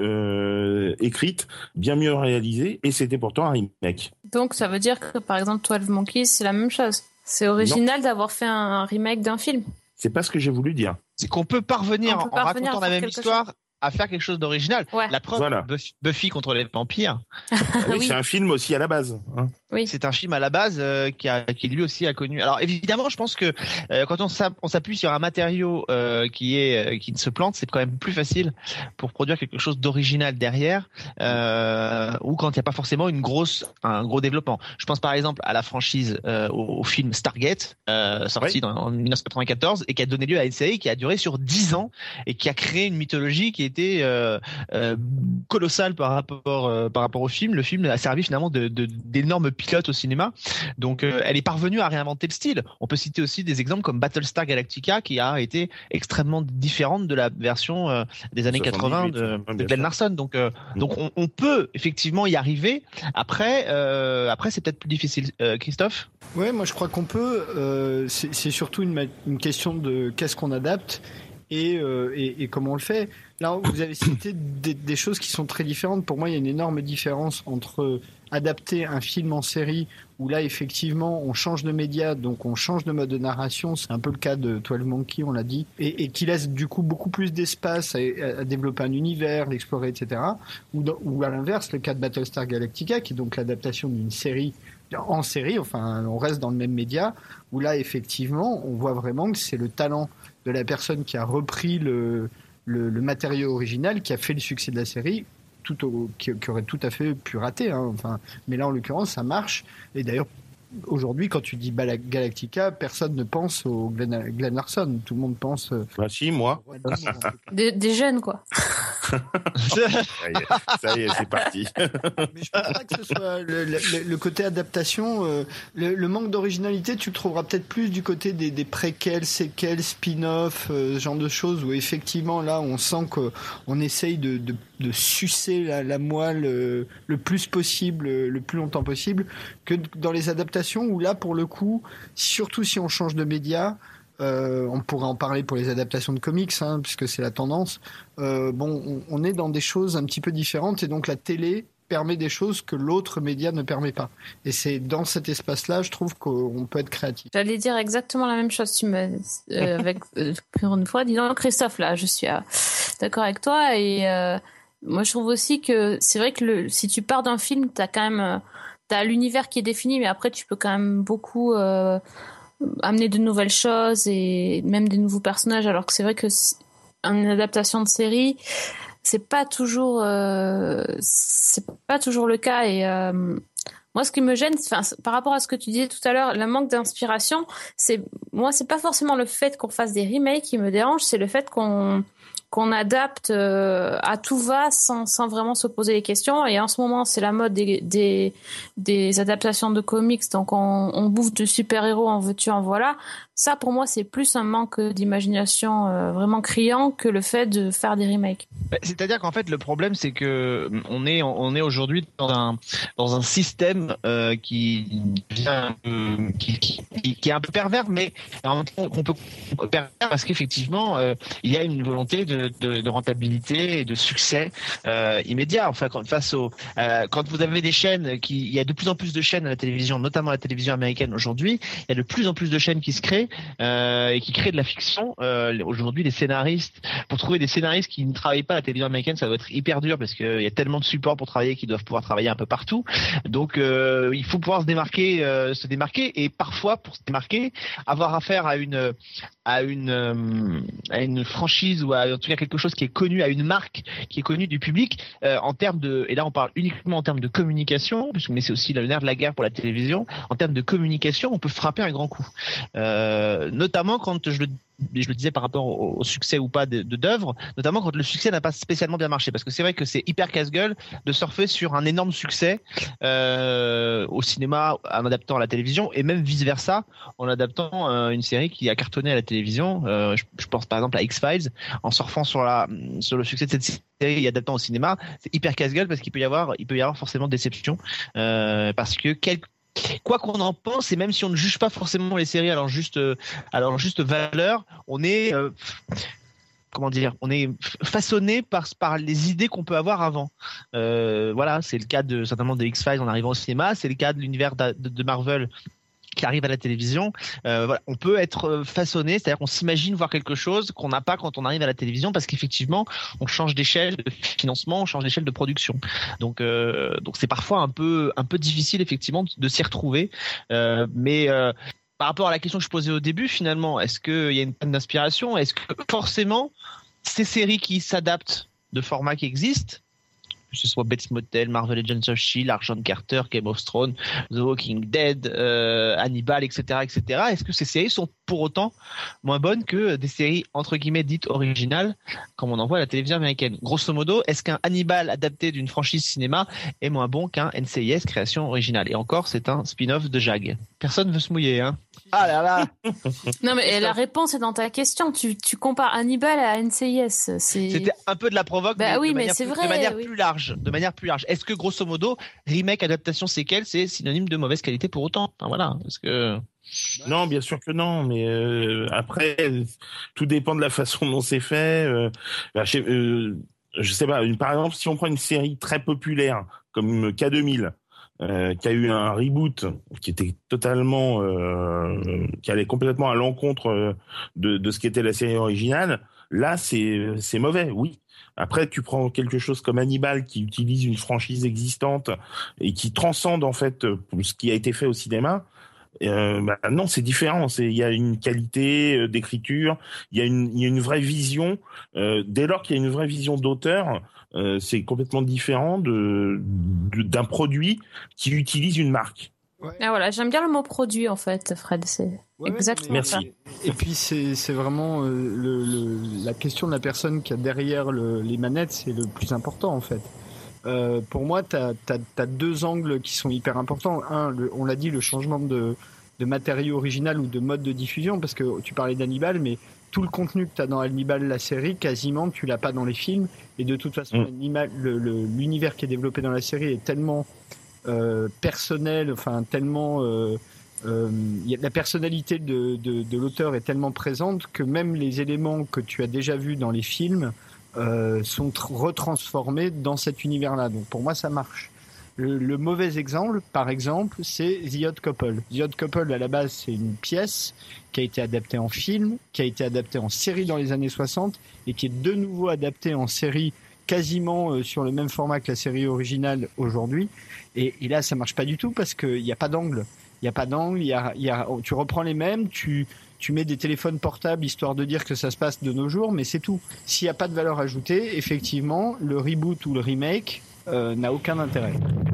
mieux écrite, bien mieux réalisée, et c'était pourtant un remake. Donc ça veut dire que par exemple 12 Monkeys, c'est la même chose. C'est original d'avoir fait un remake d'un film. C'est pas ce que j'ai voulu dire. C'est qu'on peut parvenir en racontant la même histoire à faire quelque chose d'original. Ouais. La preuve, voilà. Buffy contre les vampires. Oui, c'est un film aussi à la base. Oui. C'est un film à la base qui lui aussi a connu. Alors évidemment, je pense que quand on s'appuie sur un matériau qui ne se plante, c'est quand même plus facile pour produire quelque chose d'original derrière, ou quand il n'y a pas forcément un gros développement. Je pense par exemple à la franchise au film Stargate, sorti en 1994 et qui a donné lieu à une série qui a duré sur 10 ans et qui a créé une mythologie qui était colossale par rapport au film. Le film a servi finalement d'énormes pilote au cinéma, donc elle est parvenue à réinventer le style. On peut citer aussi des exemples comme Battlestar Galactica qui a été extrêmement différente de la version des années 80 de Ben Larson. Donc on peut effectivement y arriver. Après c'est peut-être plus difficile. Christophe? Ouais, moi je crois qu'on peut. C'est surtout une question de qu'est-ce qu'on adapte et comment on le fait. Là, vous avez cité des choses qui sont très différentes. Pour moi, il y a une énorme différence entre adapter un film en série où là, effectivement, on change de média, donc on change de mode de narration. C'est un peu le cas de 12 Monkeys, on l'a dit, et qui laisse du coup beaucoup plus d'espace à développer un univers, l'explorer, etc. Ou à l'inverse, le cas de Battlestar Galactica, qui est donc l'adaptation d'une série en série, enfin, on reste dans le même média, où là, effectivement, on voit vraiment que c'est le talent de la personne qui a repris le matériau original qui a fait le succès de la série qui aurait tout à fait pu rater. Hein. Enfin, mais là, en l'occurrence, ça marche. Et d'ailleurs, aujourd'hui, quand tu dis Galactica, personne ne pense au Glenn Larson. Tout le monde pense. Bah si, moi. Des jeunes, quoi. Ça y est, c'est parti. Mais je pense pas que ce soit le côté adaptation. Le manque d'originalité, tu le trouveras peut-être plus du côté des préquels, séquels, spin-off, ce genre de choses où effectivement là, on sent qu'on essaye de sucer la moelle le plus possible, le plus longtemps possible, que dans les adaptations où là, pour le coup, surtout si on change de média. On pourrait en parler pour les adaptations de comics, hein, puisque c'est la tendance. On est dans des choses un petit peu différentes, et donc la télé permet des choses que l'autre média ne permet pas. Et c'est dans cet espace-là, je trouve qu'on peut être créatif. J'allais dire exactement la même chose. Pour une fois, dis donc, Christophe, là, je suis d'accord avec toi. Et moi, je trouve aussi que c'est vrai que si tu pars d'un film, t'as l'univers qui est défini, mais après, tu peux quand même beaucoup amener de nouvelles choses et même des nouveaux personnages, alors que c'est vrai que une adaptation de série, c'est pas toujours le cas. Et moi, ce qui me gêne, par rapport à ce que tu disais tout à l'heure, le manque d'inspiration, c'est pas forcément le fait qu'on fasse des remakes qui me dérange, c'est le fait qu'on adapte à tout va sans vraiment se poser les questions. Et en ce moment, c'est la mode des adaptations de comics, donc on bouffe de super-héros, en veux-tu, en voilà. Ça, pour moi, c'est plus un manque d'imagination vraiment criant que le fait de faire des remakes. C'est-à-dire qu'en fait, le problème, c'est que on est aujourd'hui dans un système qui est un peu pervers, mais en même temps qu'on peut pervers parce qu'effectivement, il y a une volonté de rentabilité et de succès immédiat. Enfin, quand vous avez des chaînes il y a de plus en plus de chaînes à la télévision, notamment la télévision américaine aujourd'hui, il y a de plus en plus de chaînes qui se créent et qui créent de la fiction. Aujourd'hui, les scénaristes, pour trouver des scénaristes qui ne travaillent pas à la télévision américaine, ça doit être hyper dur parce qu'il y a tellement de supports pour travailler qu'ils doivent pouvoir travailler un peu partout. Donc, il faut pouvoir se démarquer et parfois, pour se démarquer, avoir affaire à une franchise ou en tout cas quelque chose qui est connu, à une marque qui est connue du public en termes et là on parle uniquement en termes de communication, mais c'est aussi le nerf de la guerre pour la télévision. En termes de communication, on peut frapper un grand coup, notamment quand je le disais par rapport au succès ou pas d'œuvres, notamment quand le succès n'a pas spécialement bien marché, parce que c'est vrai que c'est hyper casse-gueule de surfer sur un énorme succès au cinéma en adaptant à la télévision, et même vice versa en adaptant une série qui a cartonné à la télévision. Je pense par exemple à X-Files, en surfant sur le succès de cette série et adaptant au cinéma, c'est hyper casse-gueule parce qu'il peut y avoir forcément déception, parce que quoi qu'on en pense, et même si on ne juge pas forcément les séries à leur juste valeur, on est on est façonné par les idées qu'on peut avoir avant. Voilà, c'est le cas certainement de X-Files en arrivant au cinéma, c'est le cas de l'univers de Marvel qui arrive à la télévision. Voilà, on peut être façonné, c'est-à-dire qu'on s'imagine voir quelque chose qu'on n'a pas quand on arrive à la télévision, parce qu'effectivement on change d'échelle de financement, on change d'échelle de production. Donc c'est parfois un peu difficile effectivement de s'y retrouver. Mais par rapport à la question que je posais au début, finalement, est-ce qu'il y a une panne d'inspiration? Est-ce que forcément ces séries qui s'adaptent de formats qui existent, que ce soit Bates Motel, Marvel Agents of S.H.I.E.L.D., Agent Carter, Game of Thrones, The Walking Dead, Hannibal, etc., est-ce que ces séries sont pour autant moins bonnes que des séries entre guillemets dites originales comme on en voit à la télévision américaine? Grosso modo, est-ce qu'un Hannibal adapté d'une franchise cinéma est moins bon qu'un NCIS création originale? Et encore, c'est un spin-off de Jag. Personne veut se mouiller, hein? Ah là là. Non, mais la réponse est dans ta question. Tu compares Hannibal à NCIS. C'était un peu de la provoque, bah, oui, mais c'est vrai, de manière plus large. De manière plus large. Est-ce que grosso modo, remake, adaptation, séquelle, c'est synonyme de mauvaise qualité pour autant? Enfin, voilà. Est-ce que non, bien sûr que non, mais après, tout dépend de la façon dont c'est fait. Je sais pas. Par exemple, si on prend une série très populaire comme K2000. Qui a eu un reboot qui était totalement qui allait complètement à l'encontre de ce qu'était la série originale, là c'est mauvais, oui. Après, tu prends quelque chose comme Hannibal qui utilise une franchise existante et qui transcende en fait ce qui a été fait au cinéma. Non, c'est différent. Il y a une qualité d'écriture, il y a une vraie vision. Dès lors qu'il y a une vraie vision d'auteur, c'est complètement différent d'un produit qui utilise une marque. Ouais. Ah voilà, j'aime bien le mot produit en fait, Fred, c'est exactement ça. Merci. Et puis c'est vraiment la question de la personne qui a derrière les manettes, c'est le plus important en fait. Pour moi, t'as deux angles qui sont hyper importants. On l'a dit, le changement de matériau original ou de mode de diffusion, parce que tu parlais d'Hannibal, mais tout le contenu que t'as dans Hannibal, la série, quasiment tu l'as pas dans les films. Et de toute façon, l'univers qui est développé dans la série est tellement personnel, enfin tellement la personnalité de l'auteur est tellement présente que même les éléments que tu as déjà vus dans les films sont retransformés dans cet univers-là. Donc pour moi, ça marche. Le mauvais exemple, par exemple, c'est The Odd Couple. The Odd Couple, à la base, c'est une pièce qui a été adaptée en film, qui a été adaptée en série dans les années 60 et qui est de nouveau adaptée en série quasiment sur le même format que la série originale aujourd'hui. Et là, ça marche pas du tout parce qu'il n'y a pas d'angle. Il n'y a pas d'angle, tu reprends les mêmes, tu mets des téléphones portables histoire de dire que ça se passe de nos jours, mais c'est tout. S'il n'y a pas de valeur ajoutée, effectivement, le reboot ou le remake n'a aucun intérêt.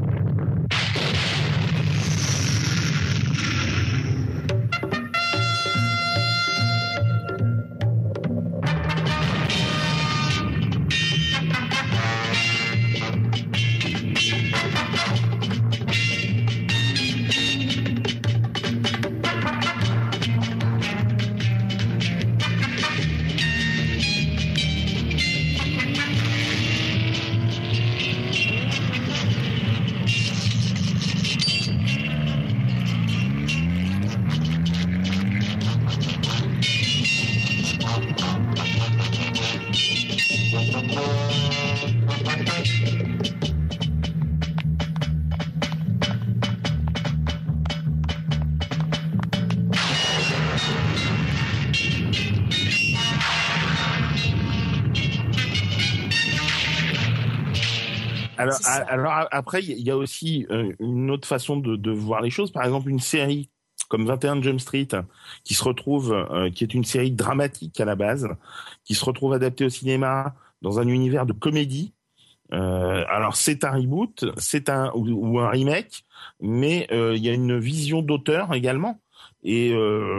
Alors après, il y a aussi une autre façon de voir les choses. Par exemple, une série comme 21 Jump Street, qui se retrouve, qui est une série dramatique à la base, qui se retrouve adaptée au cinéma dans un univers de comédie. Alors c'est un reboot, ou un remake, mais il y a une vision d'auteur également. Et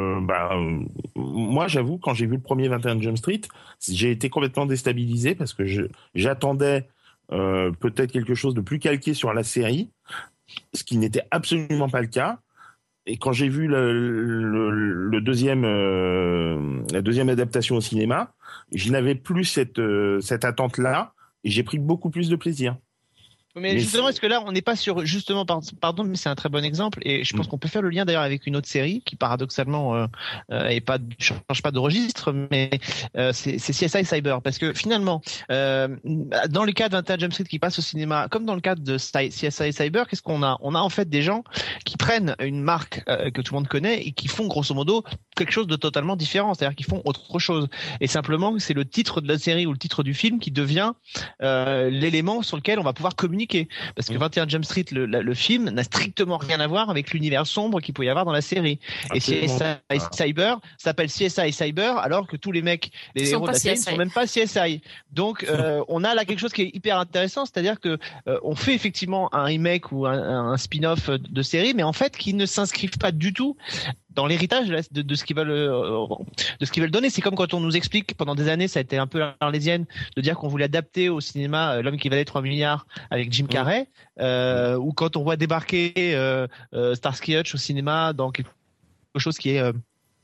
moi, j'avoue, quand j'ai vu le premier 21 Jump Street, j'ai été complètement déstabilisé parce que j'attendais peut-être quelque chose de plus calqué sur la série, ce qui n'était absolument pas le cas. Et quand j'ai vu la deuxième adaptation au cinéma, je n'avais plus cette attente-là et j'ai pris beaucoup plus de plaisir. Mais justement, est-ce que là, on n'est pas sur, justement, pardon, mais c'est un très bon exemple, et je pense qu'on peut faire le lien d'ailleurs avec une autre série qui paradoxalement change pas de registre, mais c'est CSI Cyber, parce que finalement, dans le cas d'un Jump Street qui passe au cinéma, comme dans le cas de CSI Cyber, qu'est-ce qu'on a? On a en fait des gens qui prennent une marque que tout le monde connaît et qui font grosso modo quelque chose de totalement différent, c'est-à-dire qu'ils font autre chose, et simplement c'est le titre de la série ou le titre du film qui devient l'élément sur lequel on va pouvoir communiquer. Parce que 21 Jump Street, le film, n'a strictement rien à voir avec l'univers sombre qu'il peut y avoir dans la série. Absolument. Et CSI Cyber s'appelle CSI Cyber, alors que tous les mecs, les héros de la série, ne sont même pas CSI. Donc, on a là quelque chose qui est hyper intéressant, c'est-à-dire que on fait effectivement un remake ou un spin-off de série, mais en fait, qui ne s'inscrivent pas du tout dans l'héritage de ce qu'ils veulent donner. C'est comme quand on nous explique pendant des années, ça a été un peu l'arlésienne, de dire qu'on voulait adapter au cinéma L'homme qui valait 3 milliards avec Jim Carrey, ou quand on voit débarquer Starsky Hutch au cinéma dans quelque chose qui est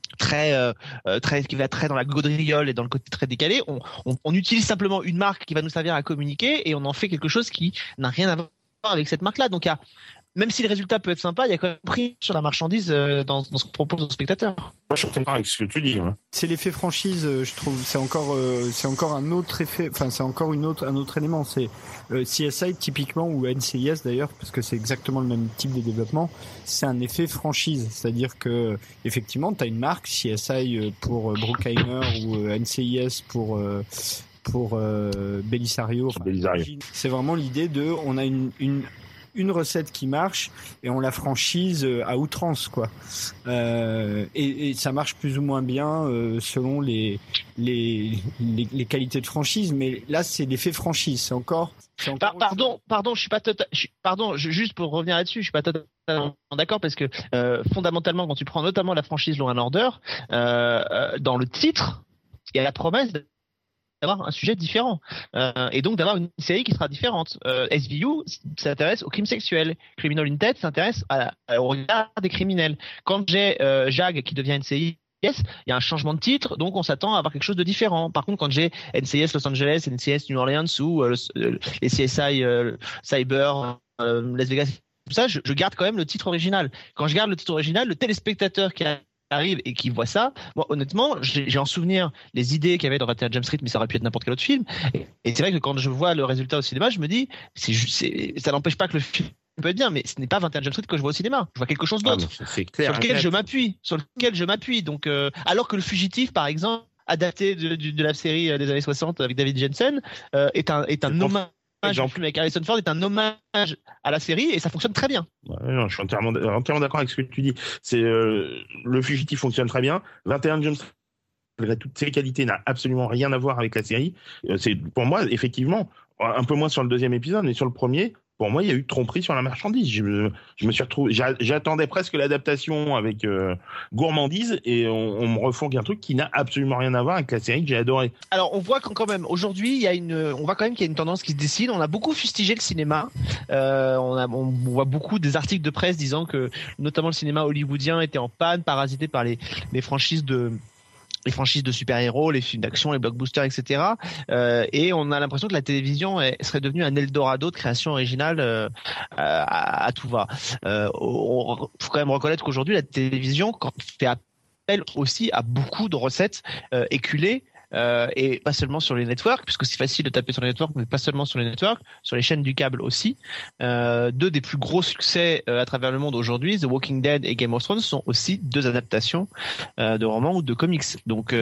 qui va très dans la gaudriole et dans le côté très décalé, on utilise simplement une marque qui va nous servir à communiquer et on en fait quelque chose qui n'a rien à voir avec cette marque-là. Donc même si le résultat peut être sympa, il y a quand même pris sur la marchandise dans ce qu'on propose aux spectateurs. Moi, je suis d'accord avec ce que tu dis. Ouais. C'est l'effet franchise, je trouve. C'est encore un autre effet. Enfin, c'est encore un autre élément. C'est CSI typiquement, ou NCIS d'ailleurs, parce que c'est exactement le même type de développement. C'est un effet franchise, c'est-à-dire que effectivement, t'as une marque CSI pour Bruckheimer ou NCIS pour Belisario. Belisario. C'est vraiment l'idée de, on a une recette qui marche et on la franchise à outrance, quoi. Et ça marche plus ou moins bien selon les qualités de franchise, mais là c'est l'effet franchise, c'est encore Pardon, je suis pas juste pour revenir là-dessus, je suis pas totalement d'accord parce que fondamentalement, quand tu prends notamment la franchise Law & Order, dans le titre, il y a la promesse d'avoir un sujet différent et donc d'avoir une série qui sera différente. SVU s'intéresse au crime sexuel, Criminal Intent s'intéresse au regard des criminels. Quand j'ai JAG qui devient une série, il y a un changement de titre, donc on s'attend à avoir quelque chose de différent. Par contre, quand j'ai NCIS Los Angeles, NCIS New Orleans ou les CSI Cyber, Las Vegas, tout ça, je garde quand même le titre original. Quand je garde le titre original, le téléspectateur qui arrive et qui voit ça, moi honnêtement, j'ai en souvenir les idées qu'il y avait dans 21 Jump Street, mais ça aurait pu être n'importe quel autre film. Et c'est vrai que quand je vois le résultat au cinéma, je me dis, ça n'empêche pas que le film peut être bien, mais ce n'est pas 21 Jump Street que je vois au cinéma. Je vois quelque chose d'autre sur lequel je m'appuie. Donc, alors que Le Fugitif, par exemple, adapté de la série des années 60 avec David Jensen, est un hommage. Le film avec Harrison Ford est un hommage à la série et ça fonctionne très bien. Ouais, non, je suis entièrement d'accord avec ce que tu dis. C'est Le Fugitif fonctionne très bien. 21 Jump Street, malgré toutes ses qualités, n'a absolument rien à voir avec la série. C'est pour moi effectivement un peu moins sur le deuxième épisode, mais sur le premier. Pour moi, il y a eu tromperie sur la marchandise. Je me suis retrouvé. J'attendais presque l'adaptation avec gourmandise et on me refourgue un truc qui n'a absolument rien à voir avec la série que j'ai adorée. Alors, on voit quand même aujourd'hui, on voit quand même qu'il y a une tendance qui se dessine. On a beaucoup fustigé le cinéma. On voit beaucoup des articles de presse disant que, notamment, le cinéma hollywoodien était en panne, parasité par les franchises de super-héros, les films d'action, les blockbusters, etc. Et on a l'impression que la télévision serait devenue un Eldorado de création originale à tout va. Faut quand même reconnaître qu'aujourd'hui, la télévision fait appel aussi à beaucoup de recettes éculées. Et pas seulement sur les networks, puisque c'est facile de taper sur les networks, mais pas seulement sur les networks, sur les chaînes du câble aussi. Deux des plus gros succès à travers le monde aujourd'hui, The Walking Dead et Game of Thrones, sont aussi deux adaptations de romans ou de comics. Donc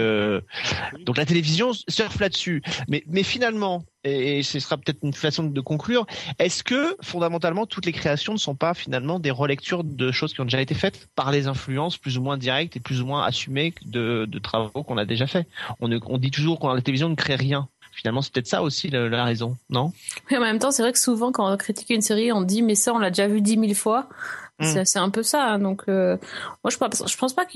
la télévision surfe là-dessus. Mais finalement, et ce sera peut-être une façon de conclure, est-ce que fondamentalement toutes les créations ne sont pas finalement des relectures de choses qui ont déjà été faites par les influences plus ou moins directes et plus ou moins assumées de travaux qu'on a déjà faits? On dit toujours qu'on la télévision ne crée rien. Finalement, c'est peut-être ça aussi la raison, non? Oui, en même temps, c'est vrai que souvent, quand on critique une série, on dit, mais ça, on l'a déjà vu 10 000 fois. C'est un peu ça. Hein. Donc, moi, je pense pas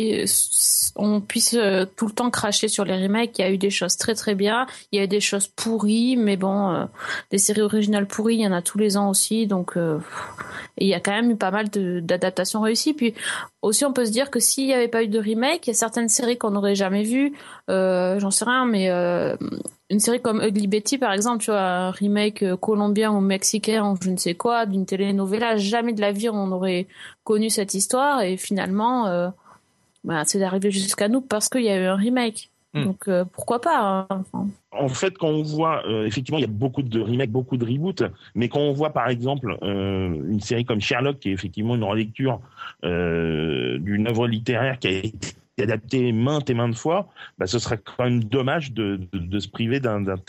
qu'on puisse tout le temps cracher sur les remakes. Il y a eu des choses très très bien. Il y a eu des choses pourries, mais bon, des séries originales pourries, il y en a tous les ans aussi. Donc, et il y a quand même eu pas mal d'adaptations réussies. Puis aussi, on peut se dire que s'il y avait pas eu de remake, il y a certaines séries qu'on n'aurait jamais vues. J'en sais rien, mais une série comme Ugly Betty, par exemple, tu vois, un remake colombien ou mexicain ou je ne sais quoi, d'une telenovela, jamais de la vie on aurait connu cette histoire et finalement, c'est d'arriver jusqu'à nous parce qu'il y a eu un remake. Donc pourquoi pas hein, enfin. En fait, quand on voit, effectivement, il y a beaucoup de remakes, beaucoup de reboots, mais quand on voit par exemple une série comme Sherlock, qui est effectivement une relecture d'une œuvre littéraire qui a été adapté maintes et maintes fois, ce serait quand même dommage de se priver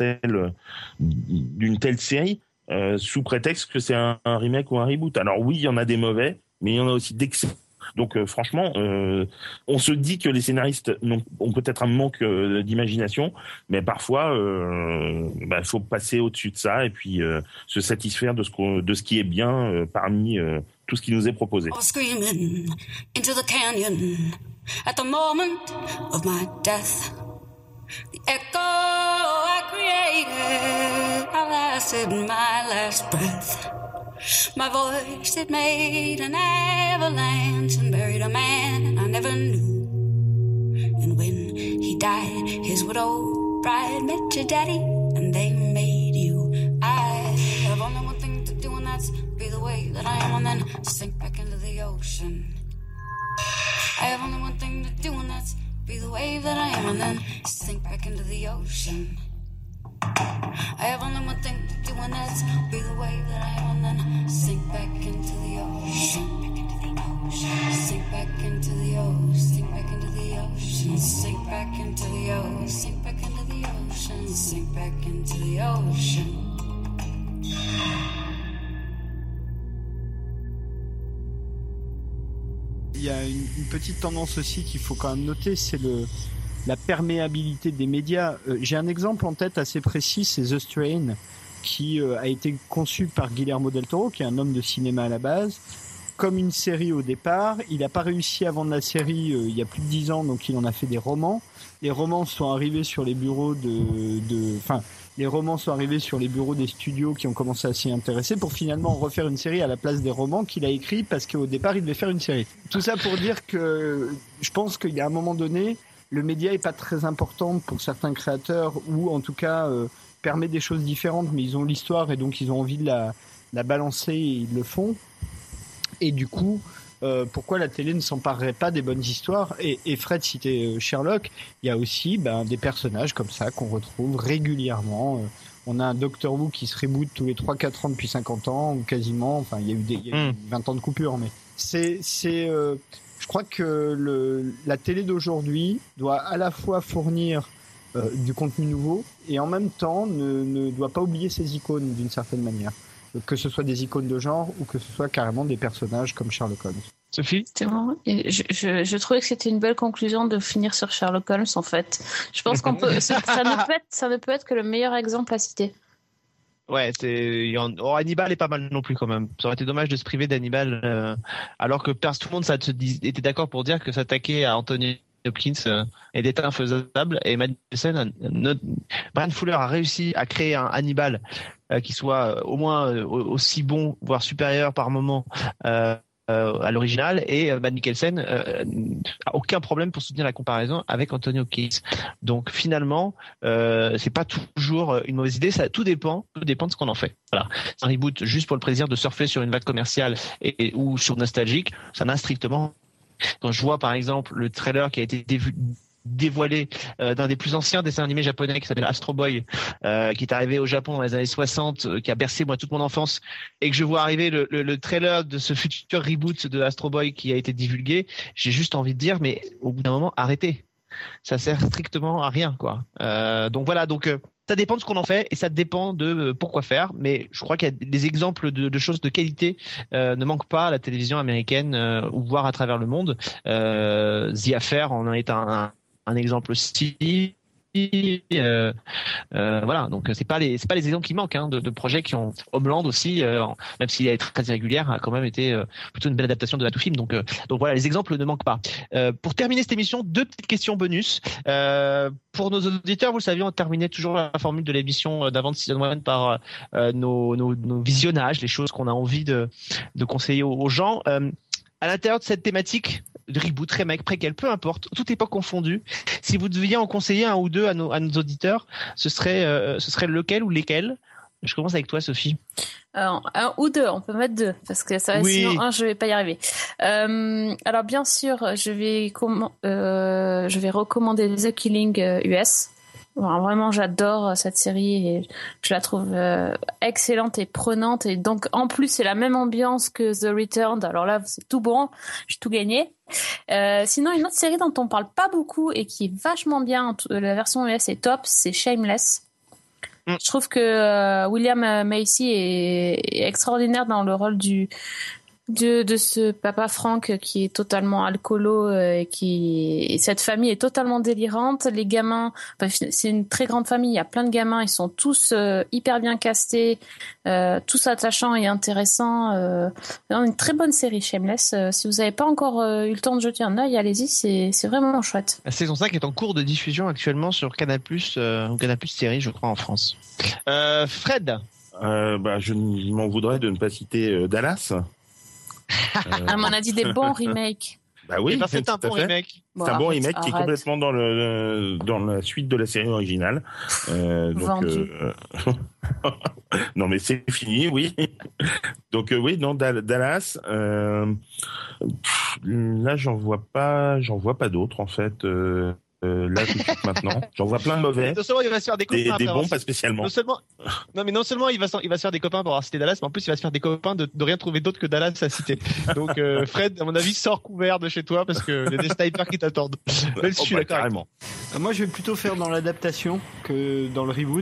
d'une telle série sous prétexte que c'est un remake ou un reboot. Alors oui, il y en a des mauvais, mais il y en a aussi d'excellents. Donc franchement, on se dit que les scénaristes ont peut-être un manque d'imagination, mais parfois, faut passer au-dessus de ça et puis se satisfaire de ce qui est bien parmi tout ce qui nous est proposé. Screaming into the canyon at the moment of my death. The echo I created, I lasted my last breath. My voice, it made an avalanche and buried a man I never knew. And when he died, his widow bride met your daddy, and they made you. I have only one thing to do, and that's be the way that I am, and then sink back into the ocean. I have only one thing to do, and that's be the wave that I am, and then sink back into the ocean. I have only one thing to do, and that's be the wave that I am, and then sink back into the ocean. Sink back into the ocean. Sink back into the ocean. Sink back into the ocean. Sink back into the ocean. Sink back into the ocean. Il y a une petite tendance aussi qu'il faut quand même noter, c'est la perméabilité des médias. J'ai un exemple en tête assez précis, c'est The Strain, qui a été conçu par Guillermo del Toro, qui est un homme de cinéma à la base, comme une série au départ. Il n'a pas réussi à vendre la série il y a plus de 10 ans, donc il en a fait des romans. Les romans sont arrivés sur les bureaux les romans sont arrivés sur les bureaux des studios qui ont commencé à s'y intéresser pour finalement refaire une série à la place des romans qu'il a écrits parce qu'au départ il devait faire une série. Tout ça pour dire que je pense qu'il y a un moment donné, le média est pas très important pour certains créateurs ou en tout cas permet des choses différentes, mais ils ont l'histoire et donc ils ont envie de la balancer et ils le font. Et du coup, pourquoi la télé ne s'emparerait pas des bonnes histoires? Et Fred citait Sherlock, il y a aussi des personnages comme ça qu'on retrouve régulièrement. On a un Doctor Who qui se reboot tous les 3-4 ans depuis 50 ans, ou quasiment. Enfin, il y a eu 20 ans de coupure, mais je crois que la télé d'aujourd'hui doit à la fois fournir du contenu nouveau et en même temps ne doit pas oublier ses icônes d'une certaine manière. Que ce soit des icônes de genre ou que ce soit carrément des personnages comme Sherlock Holmes. Sophie ? C'est bon. Je trouvais que c'était une belle conclusion de finir sur Sherlock Holmes, en fait. Je pense ça ne peut être que le meilleur exemple à citer. Ouais, Hannibal est pas mal non plus quand même. Ça aurait été dommage de se priver d'Hannibal, alors que tout le monde était d'accord pour dire que s'attaquer à Anthony Hopkins était infaisable, et Matt Mikkelsen, Bryan Fuller a réussi à créer un Hannibal qui soit au moins aussi bon, voire supérieur par moment à l'original, et Matt Mikkelsen a aucun problème pour soutenir la comparaison avec Anthony Hopkins. Donc finalement, c'est pas toujours une mauvaise idée, tout dépend de ce qu'on en fait. Voilà, c'est un reboot juste pour le plaisir de surfer sur une vague commerciale ou sur nostalgique, ça n'a strictement. Quand je vois par exemple le trailer qui a été dévoilé d'un des plus anciens dessins animés japonais qui s'appelle Astro Boy, qui est arrivé au Japon dans les années 60, qui a bercé moi toute mon enfance, et que je vois arriver le trailer de ce futur reboot de Astro Boy qui a été divulgué, j'ai juste envie de dire, mais au bout d'un moment, arrêtez. Ça sert strictement à rien, quoi. Donc voilà, ça dépend de ce qu'on en fait et ça dépend de pourquoi faire, mais je crois qu'il y a des exemples de choses de qualité ne manquent pas à la télévision américaine ou voire à travers le monde. The Affair en est un exemple aussi. Voilà, donc c'est pas les exemples qui manquent de projets qui ont Homeland aussi, même s'il est très irrégulière, a quand même été plutôt une belle adaptation de la tout film. Donc voilà, les exemples ne manquent pas. Pour terminer cette émission, 2 petites questions bonus. Pour nos auditeurs, vous le savez, on terminait toujours la formule de l'émission d'avant de Season 1 par nos visionnages, les choses qu'on a envie de conseiller aux gens. À l'intérieur de cette thématique de reboot, remake, préquel, peu importe, toute époque confondue, si vous deviez en conseiller un ou deux à nos auditeurs, ce serait lequel ou lesquels? Je commence avec toi, Sophie. Alors, 1 ou 2, on peut mettre 2, parce que ça, oui. Sinon 1, je vais pas y arriver. Alors bien sûr, je vais recommander The Killing US. Alors, vraiment, j'adore cette série et je la trouve excellente et prenante. Et donc, en plus, c'est la même ambiance que The Returned. Alors là, c'est tout bon, j'ai tout gagné. Sinon, une autre série dont on parle pas beaucoup et qui est vachement bien, la version US est top, c'est Shameless. Je trouve que William Macy est extraordinaire dans le rôle de ce papa Frank qui est totalement alcoolo et cette famille est totalement délirante. Les gamins, c'est une très grande famille, il y a plein de gamins, ils sont tous hyper bien castés, tous attachants et intéressants. Une très bonne série Shameless. Si vous n'avez pas encore eu le temps de jeter un œil, allez-y, c'est vraiment chouette. La saison 5 est en cours de diffusion actuellement sur Canal+, ou Canal+ série, je crois, en France. Fred. Je m'en voudrais de ne pas citer Dallas. On a dit des bons remakes. Bah oui, c'est un bon remake. C'est un bon remake qui est complètement dans la suite de la série originale. Non mais c'est fini, oui. Donc oui, non, Dallas. Là, j'en vois pas d'autres en fait. Là tout de suite maintenant, j'en vois plein de mauvais. Non seulement il va se faire des copains, des bons pas spécialement. Non seulement il va se faire des copains pour avoir cité Dallas, mais en plus il va se faire des copains de rien trouver d'autre que Dallas à citer. Donc Fred, à mon avis, sors couvert de chez toi parce que il y a des snipers qui t'attendent. Même si je suis d'accord carrément. Moi, je vais plutôt faire dans l'adaptation que dans le reboot.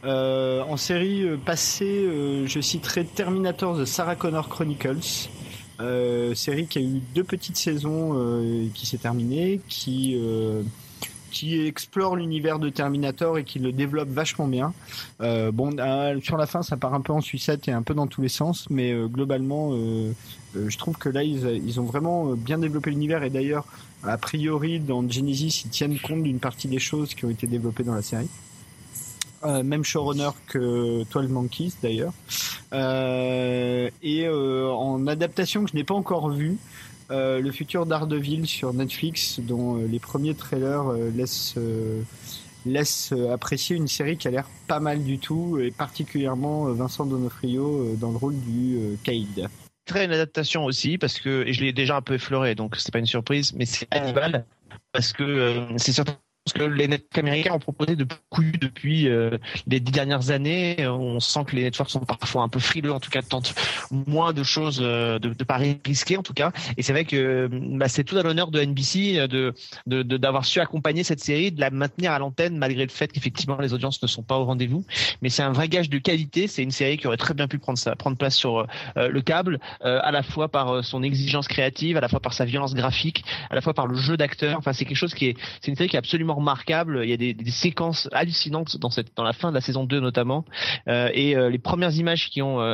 En série passée, je citerai Terminator The Sarah Connor Chronicles. série qui a eu 2 petites saisons qui s'est terminée, qui explore l'univers de Terminator et qui le développe vachement bien. Sur la fin, ça part un peu en sucette et un peu dans tous les sens, mais globalement, je trouve que là, ils ont vraiment bien développé l'univers. Et d'ailleurs, a priori, dans Genesis, ils tiennent compte d'une partie des choses qui ont été développées dans la série. Même showrunner que 12 Monkeys d'ailleurs. En adaptation que je n'ai pas encore vue, le futur Daredevil sur Netflix, dont les premiers trailers laissent apprécier une série qui a l'air pas mal du tout, et particulièrement Vincent D'Onofrio dans le rôle du Caïd. Très une adaptation aussi, parce que, et je l'ai déjà un peu effleuré, donc c'est pas une surprise, mais c'est Hannibal, parce que c'est certain. Parce que les networks américains ont proposé depuis les 10 dernières années. On sent que les networks sont parfois un peu frileux, en tout cas tentent moins de choses, de paris risqués en tout cas. Et c'est vrai que c'est tout à l'honneur de NBC d'avoir su accompagner cette série, de la maintenir à l'antenne malgré le fait qu'effectivement les audiences ne sont pas au rendez-vous. Mais c'est un vrai gage de qualité. C'est une série qui aurait très bien pu prendre place sur le câble, à la fois par son exigence créative, à la fois par sa violence graphique, à la fois par le jeu d'acteur. Enfin, c'est quelque chose c'est une série qui est absolument remarquable. Il y a des séquences hallucinantes dans la fin de la saison 2 notamment, et les premières images qui ont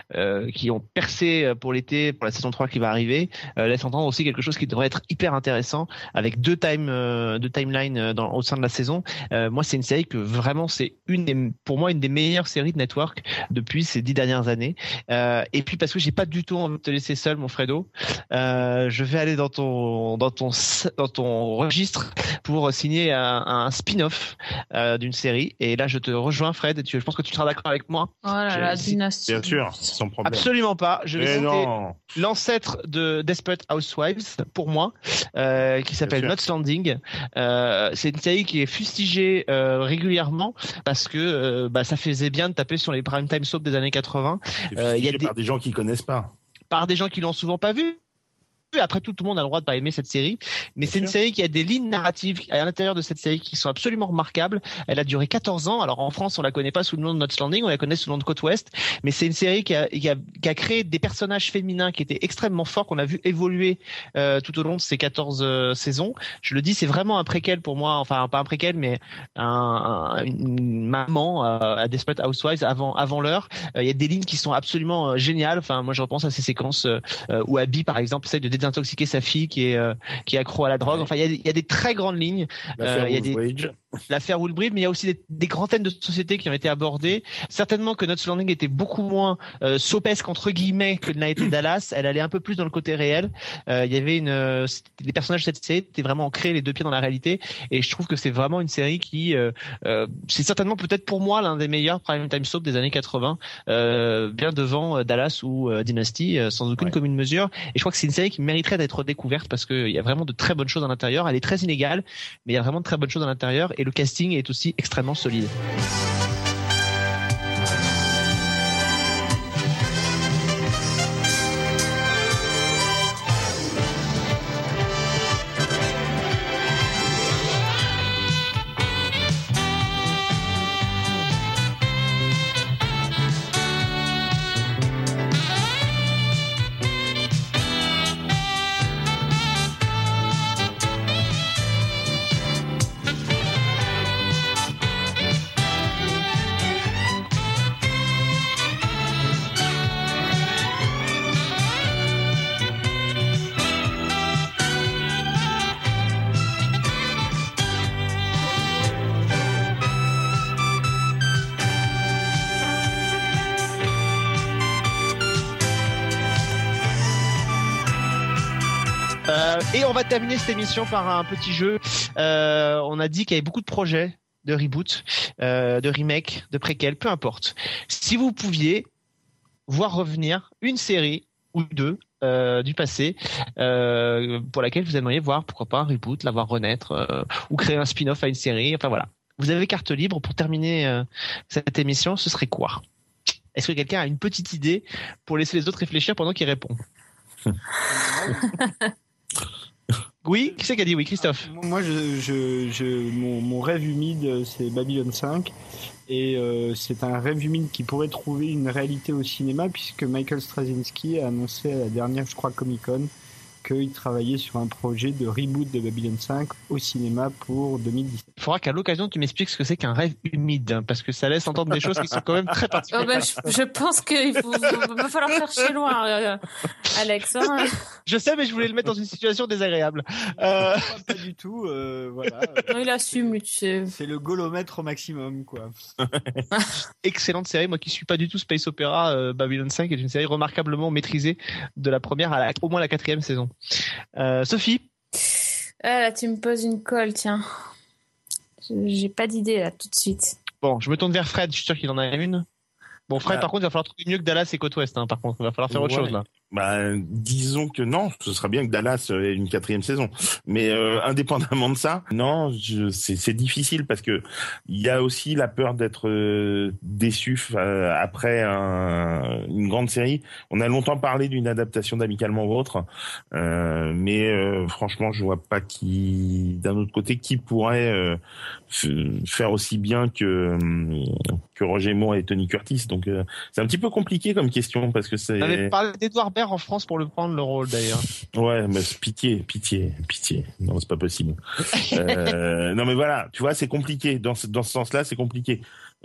percé pour l'été, pour la saison 3 qui va arriver, laissent entendre aussi quelque chose qui devrait être hyper intéressant, avec deux timelines au sein de la saison. Moi, c'est une série que vraiment c'est pour moi une des meilleures séries de network depuis ces 10 dernières années. Et puis parce que j'ai pas du tout envie de te laisser seul, mon Fredo, je vais aller dans ton registre pour signer un spin-off d'une série. Et là, je te rejoins, Fred. Je pense que tu seras d'accord avec moi. Oh là là, dynastie. Bien sûr, sans problème. Absolument pas. Je vais citer l'ancêtre de Desperate Housewives, pour moi, qui s'appelle Knots Landing. C'est une série qui est fustigée régulièrement parce que ça faisait bien de taper sur les prime time soaps des années 80. Il y a par des gens qui connaissent pas. Par des gens qui l'ont souvent pas vu. Après tout le monde a le droit de pas aimer cette série, mais c'est une série qui a des lignes narratives à l'intérieur de cette série qui sont absolument remarquables. Elle a duré 14 ans. Alors en France, on la connaît pas sous le nom de Knots Landing, on la connaît sous le nom de Côte Ouest, mais c'est une série qui a créé des personnages féminins qui étaient extrêmement forts, qu'on a vu évoluer tout au long de ces 14 saisons. Je le dis, c'est vraiment un préquel pour moi, enfin pas un préquel, mais une maman à Desperate Housewives avant l'heure. Il y a des lignes qui sont absolument géniales. Enfin, moi je repense à ces séquences où Abby, par exemple, essaie de désintoxiquer sa fille qui est accro à la drogue. Enfin, il y a des très grandes lignes. L'affaire Woolbridge, mais il y a aussi des grands thèmes de société qui ont été abordés. Certainement que Knots Landing était beaucoup moins soapesque entre guillemets que n'a été Dallas. Elle allait un peu plus dans le côté réel. Il y avait les personnages de cette série étaient vraiment ancrés les deux pieds dans la réalité. Et je trouve que c'est vraiment une série qui c'est certainement peut-être pour moi l'un des meilleurs prime time soap des années 80, bien devant Dallas ou Dynasty, sans aucune commune mesure. Et je crois que c'est une série qui mériterait d'être découverte parce qu'il y a vraiment de très bonnes choses à l'intérieur. Elle est très inégale, mais il y a vraiment de très bonnes choses à l'intérieur. Et le casting est aussi extrêmement solide. Et on va terminer cette émission par un petit jeu. On a dit qu'il y avait beaucoup de projets de reboot, de remake, de préquel, peu importe. Si vous pouviez voir revenir une série ou deux du passé pour laquelle vous aimeriez voir, pourquoi pas un reboot, la voir renaître, ou créer un spin-off à une série, enfin voilà. Vous avez carte libre pour terminer cette émission, ce serait quoi? Est-ce que quelqu'un a une petite idée pour laisser les autres réfléchir pendant qu'il répond? Oui, qui c'est qui a dit oui, Christophe? Moi, mon rêve humide, c'est Babylon 5. Et c'est un rêve humide qui pourrait trouver une réalité au cinéma, puisque Michael Straczynski a annoncé à la dernière, je crois, Comic-Con, qu'il travaillait sur un projet de reboot de Babylon 5 au cinéma pour 2017. Il faudra qu'à l'occasion tu m'expliques ce que c'est qu'un rêve humide, hein, parce que ça laisse entendre des choses qui sont quand même très particulières. Je pense qu'il va falloir chercher loin, Alex. Hein. Je sais, mais je voulais le mettre dans une situation désagréable. Pas du tout, voilà. Non, il assume, lui, tu sais. C'est le golomètre au maximum, quoi. Excellente série, moi qui suis pas du tout space opéra, Babylon 5 est une série remarquablement maîtrisée de la première à au moins la 4e saison. Sophie? Là, tu me poses une colle, tiens. J'ai pas d'idée, là, tout de suite. Bon, je me tourne vers Fred, je suis sûr qu'il en a une. Bon, Fred, par contre, il va falloir trouver mieux que Dallas et Côte Ouest, hein, par contre. Il va falloir faire autre chose, là. Bah, disons que non, ce serait bien que Dallas ait une 4e saison. Mais indépendamment de ça, non, c'est difficile parce que il y a aussi la peur d'être déçu après une grande série. On a longtemps parlé d'une adaptation d'Amicalement Vôtre, mais franchement, je vois pas d'un autre côté, qui pourrait faire aussi bien que Roger Moore et Tony Curtis. Donc c'est un petit peu compliqué comme question parce que c'est. On avait parlé d'Edouard Baird en France pour le prendre le rôle d'ailleurs. Ouais, mais pitié. Non, c'est pas possible. Non, mais voilà, tu vois, c'est compliqué. Dans ce sens-là, c'est compliqué.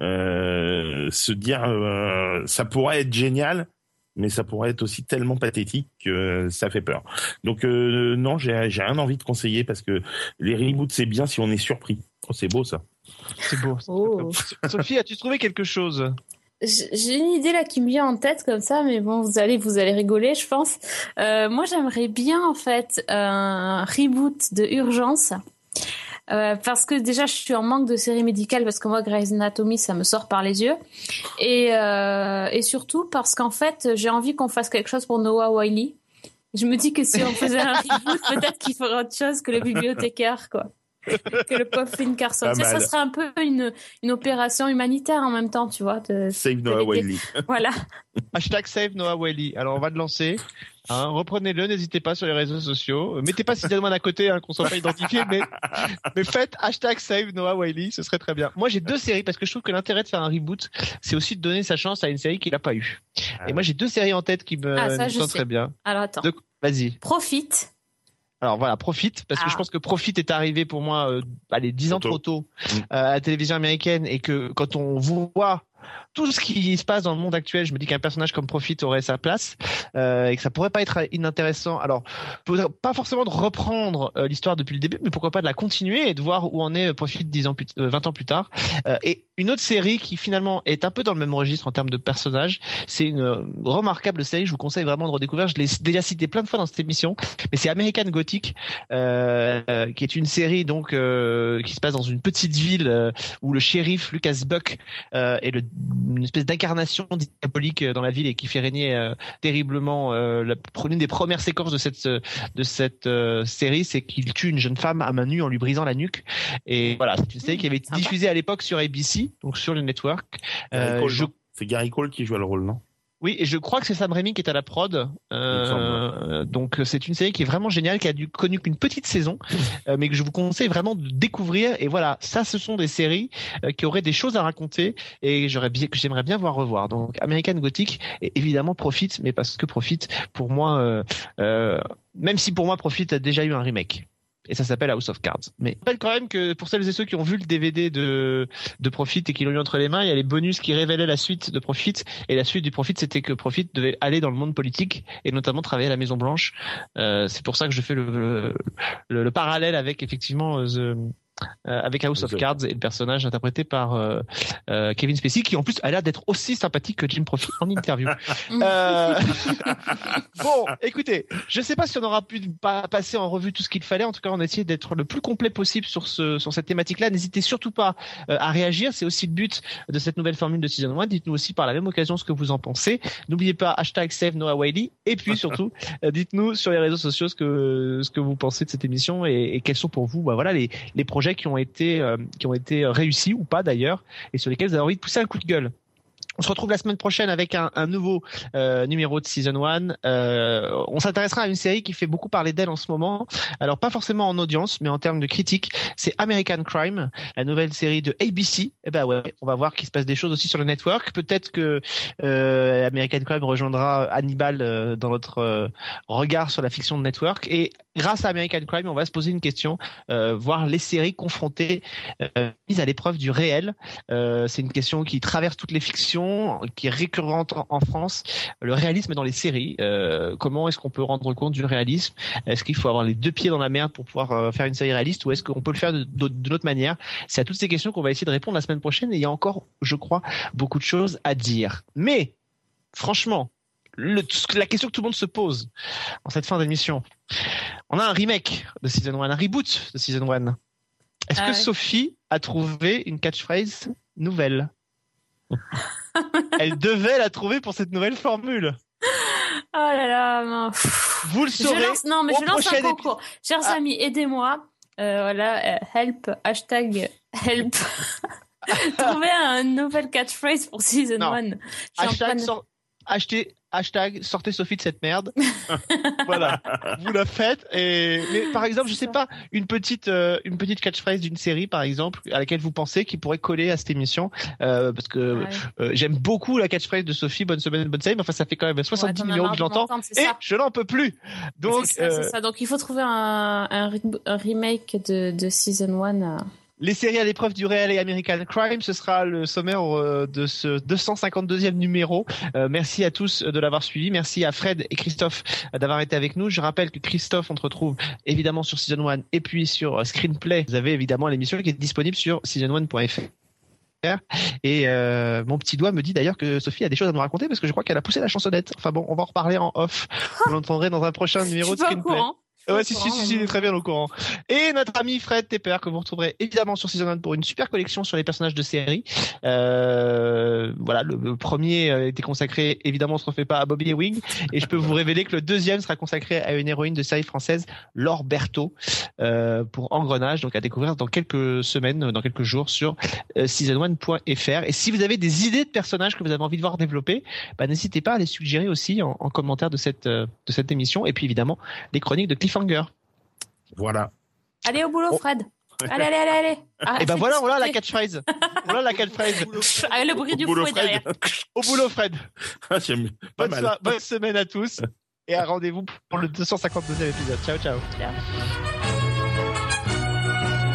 Se dire, ça pourrait être génial, mais ça pourrait être aussi tellement pathétique que ça fait peur. Donc non, j'ai rien envie de conseiller parce que les reboots, c'est bien si on est surpris. Oh, c'est beau ça. C'est beau. Oh. Sophie, as-tu trouvé quelque chose? J'ai une idée là qui me vient en tête comme ça, mais bon, vous allez rigoler, je pense. Moi, j'aimerais bien en fait un reboot de Urgence. Parce que déjà je suis en manque de séries médicales parce que moi Grey's Anatomy ça me sort par les yeux et surtout parce qu'en fait j'ai envie qu'on fasse quelque chose pour Noah Wyle. Je me dis que si on faisait un reboot peut-être qu'il ferait autre chose que le bibliothécaire quoi. Que le pauvre Finn Carson. Ça serait un peu une opération humanitaire en même temps, tu vois. Save Noah Wyle. Voilà. Hashtag Save Noah Wyle. Alors on va le lancer. Hein, reprenez-le, n'hésitez pas sur les réseaux sociaux. Mettez pas Sidelman à côté, hein, qu'on soit pas identifié, mais faites hashtag Save Noah Wyle, ce serait très bien. Moi j'ai 2 séries parce que je trouve que l'intérêt de faire un reboot, c'est aussi de donner sa chance à une série qu'il a pas eu. Et moi j'ai 2 séries en tête qui me sentent très bien. Alors attends. Vas-y. Profite. Alors voilà, Profite, parce que je pense que Profite est arrivé pour moi 10 ans trop tôt à la télévision américaine et que quand on voit tout ce qui se passe dans le monde actuel, je me dis qu'un personnage comme Profite aurait sa place et que ça pourrait pas être inintéressant. Alors, pas forcément de reprendre l'histoire depuis le début, mais pourquoi pas de la continuer et de voir où en est Profite 20 ans plus tard. Et une autre série qui finalement est un peu dans le même registre en termes de personnages, c'est une remarquable série, je vous conseille vraiment de redécouvrir, je l'ai déjà cité plein de fois dans cette émission, mais c'est American Gothic, qui est une série donc qui se passe dans une petite ville où le shérif Lucas Buck est une espèce d'incarnation diabolique dans la ville et qui fait régner terriblement. L'une des premières séquences de cette série, c'est qu'il tue une jeune femme à main nue en lui brisant la nuque. Et voilà, c'est une série qui avait été diffusée à l'époque sur ABC, donc sur le network. C'est Gary Cole qui joue le rôle, non? Oui, et je crois que c'est Sam Raimi qui est à la prod. Donc c'est une série qui est vraiment géniale, qui a connu qu'une petite saison, mais que je vous conseille vraiment de découvrir. Et voilà, ça, ce sont des séries qui auraient des choses à raconter et que j'aimerais bien voir revoir. Donc American Gothic et évidemment Profit, mais parce que Profit, pour moi, même si pour moi Profit a déjà eu un remake. Et ça s'appelle House of Cards. Mais je rappelle quand même que pour celles et ceux qui ont vu le DVD de Profit et qui l'ont eu entre les mains, il y a les bonus qui révélaient la suite de Profit. Et la suite du Profit, c'était que Profit devait aller dans le monde politique et notamment travailler à la Maison Blanche. C'est pour ça que je fais le parallèle avec effectivement avec House of Cards et le personnage interprété par Kevin Spacey, qui en plus a l'air d'être aussi sympathique que Jim Profit en interview. Bon, écoutez, je sais pas si on aura pu passer en revue tout ce qu'il fallait. En tout cas, on a essayé d'être le plus complet possible sur cette thématique-là. N'hésitez surtout pas à réagir. C'est aussi le but de cette nouvelle formule de Season 1. Dites-nous aussi par la même occasion ce que vous en pensez. N'oubliez pas hashtag Save Noah Wyle. Et puis surtout, dites-nous sur les réseaux sociaux ce que vous pensez de cette émission et quels sont pour vous, voilà, les projets qui ont été réussis ou pas d'ailleurs, et sur lesquels vous avez envie de pousser un coup de gueule. On se retrouve la semaine prochaine avec un nouveau numéro de Season 1. On s'intéressera à une série qui fait beaucoup parler d'elle en ce moment. Alors pas forcément en audience, mais en termes de critique. C'est American Crime, la nouvelle série de ABC. Eh ben ouais, on va voir qu'il se passe des choses aussi sur le network. Peut-être que American Crime rejoindra Hannibal dans notre regard sur la fiction de network. Et grâce à American Crime, on va se poser une question, voir les séries confrontées, mises à l'épreuve du réel. C'est une question qui traverse toutes les fictions, qui est récurrente en France. Le réalisme dans les séries. Comment est-ce qu'on peut rendre compte du réalisme? Est-ce qu'il faut avoir les deux pieds dans la merde pour pouvoir faire une série réaliste, ou est-ce qu'on peut le faire d'une autre manière? C'est à toutes ces questions qu'on va essayer de répondre la semaine prochaine, et il y a encore, je crois, beaucoup de choses à dire. Mais, franchement, la question que tout le monde se pose en cette fin d'émission, on a un remake de Season 1, un reboot de Season 1. Est-ce que Sophie a trouvé une catchphrase nouvelle? Elle devait la trouver pour cette nouvelle formule. Oh là là, non. Vous le saurez. Je lance un concours. Chers amis, aidez-moi. Voilà, help, hashtag help. Trouver une nouvelle catchphrase pour Season 1. Hashtag sortez Sophie de cette merde. Voilà, vous la faites. Mais par exemple, je sais pas, une petite catchphrase d'une série, par exemple, à laquelle vous pensez qui pourrait coller à cette émission, parce que j'aime beaucoup la catchphrase de Sophie. Bonne semaine, bonne série. Mais enfin, ça fait quand même 70 numéros que je l'entends et je n'en peux plus. Donc, c'est ça. Donc, il faut trouver un remake de Season 1. Les séries à l'épreuve du réel et American Crime, ce sera le sommaire de ce 252e numéro. Merci à tous de l'avoir suivi. Merci à Fred et Christophe d'avoir été avec nous. Je rappelle que Christophe, on te retrouve évidemment sur Season 1 et puis sur Screenplay. Vous avez évidemment l'émission qui est disponible sur season1.fr. Et mon petit doigt me dit d'ailleurs que Sophie a des choses à nous raconter parce que je crois qu'elle a poussé la chansonnette. Enfin bon, on va en reparler en off. Vous l'entendrez dans un prochain numéro de Screenplay. Ouais, si, il est très bien au courant. Et notre ami Fred Tepper, que vous retrouverez évidemment sur Season 1 pour une super collection sur les personnages de série. Voilà, le premier était consacré, évidemment, on se refait pas, à Bobby Ewing. Et je peux vous révéler que le deuxième sera consacré à une héroïne de série française, Laure Berthaud, pour Engrenage, donc à découvrir dans quelques semaines, dans quelques jours sur season1.fr. Et si vous avez des idées de personnages que vous avez envie de voir développer, bah, n'hésitez pas à les suggérer aussi en commentaire de cette émission. Et puis évidemment, les chroniques de Cliffhanger. Voilà. Allez au boulot, Fred. Allez. Et ben voilà la catchphrase. Voilà la catchphrase. Le bruit du fouet derrière. Au boulot, Fred. Bonne semaine à tous. Et à rendez-vous pour le 252e épisode. Ciao. Ciao.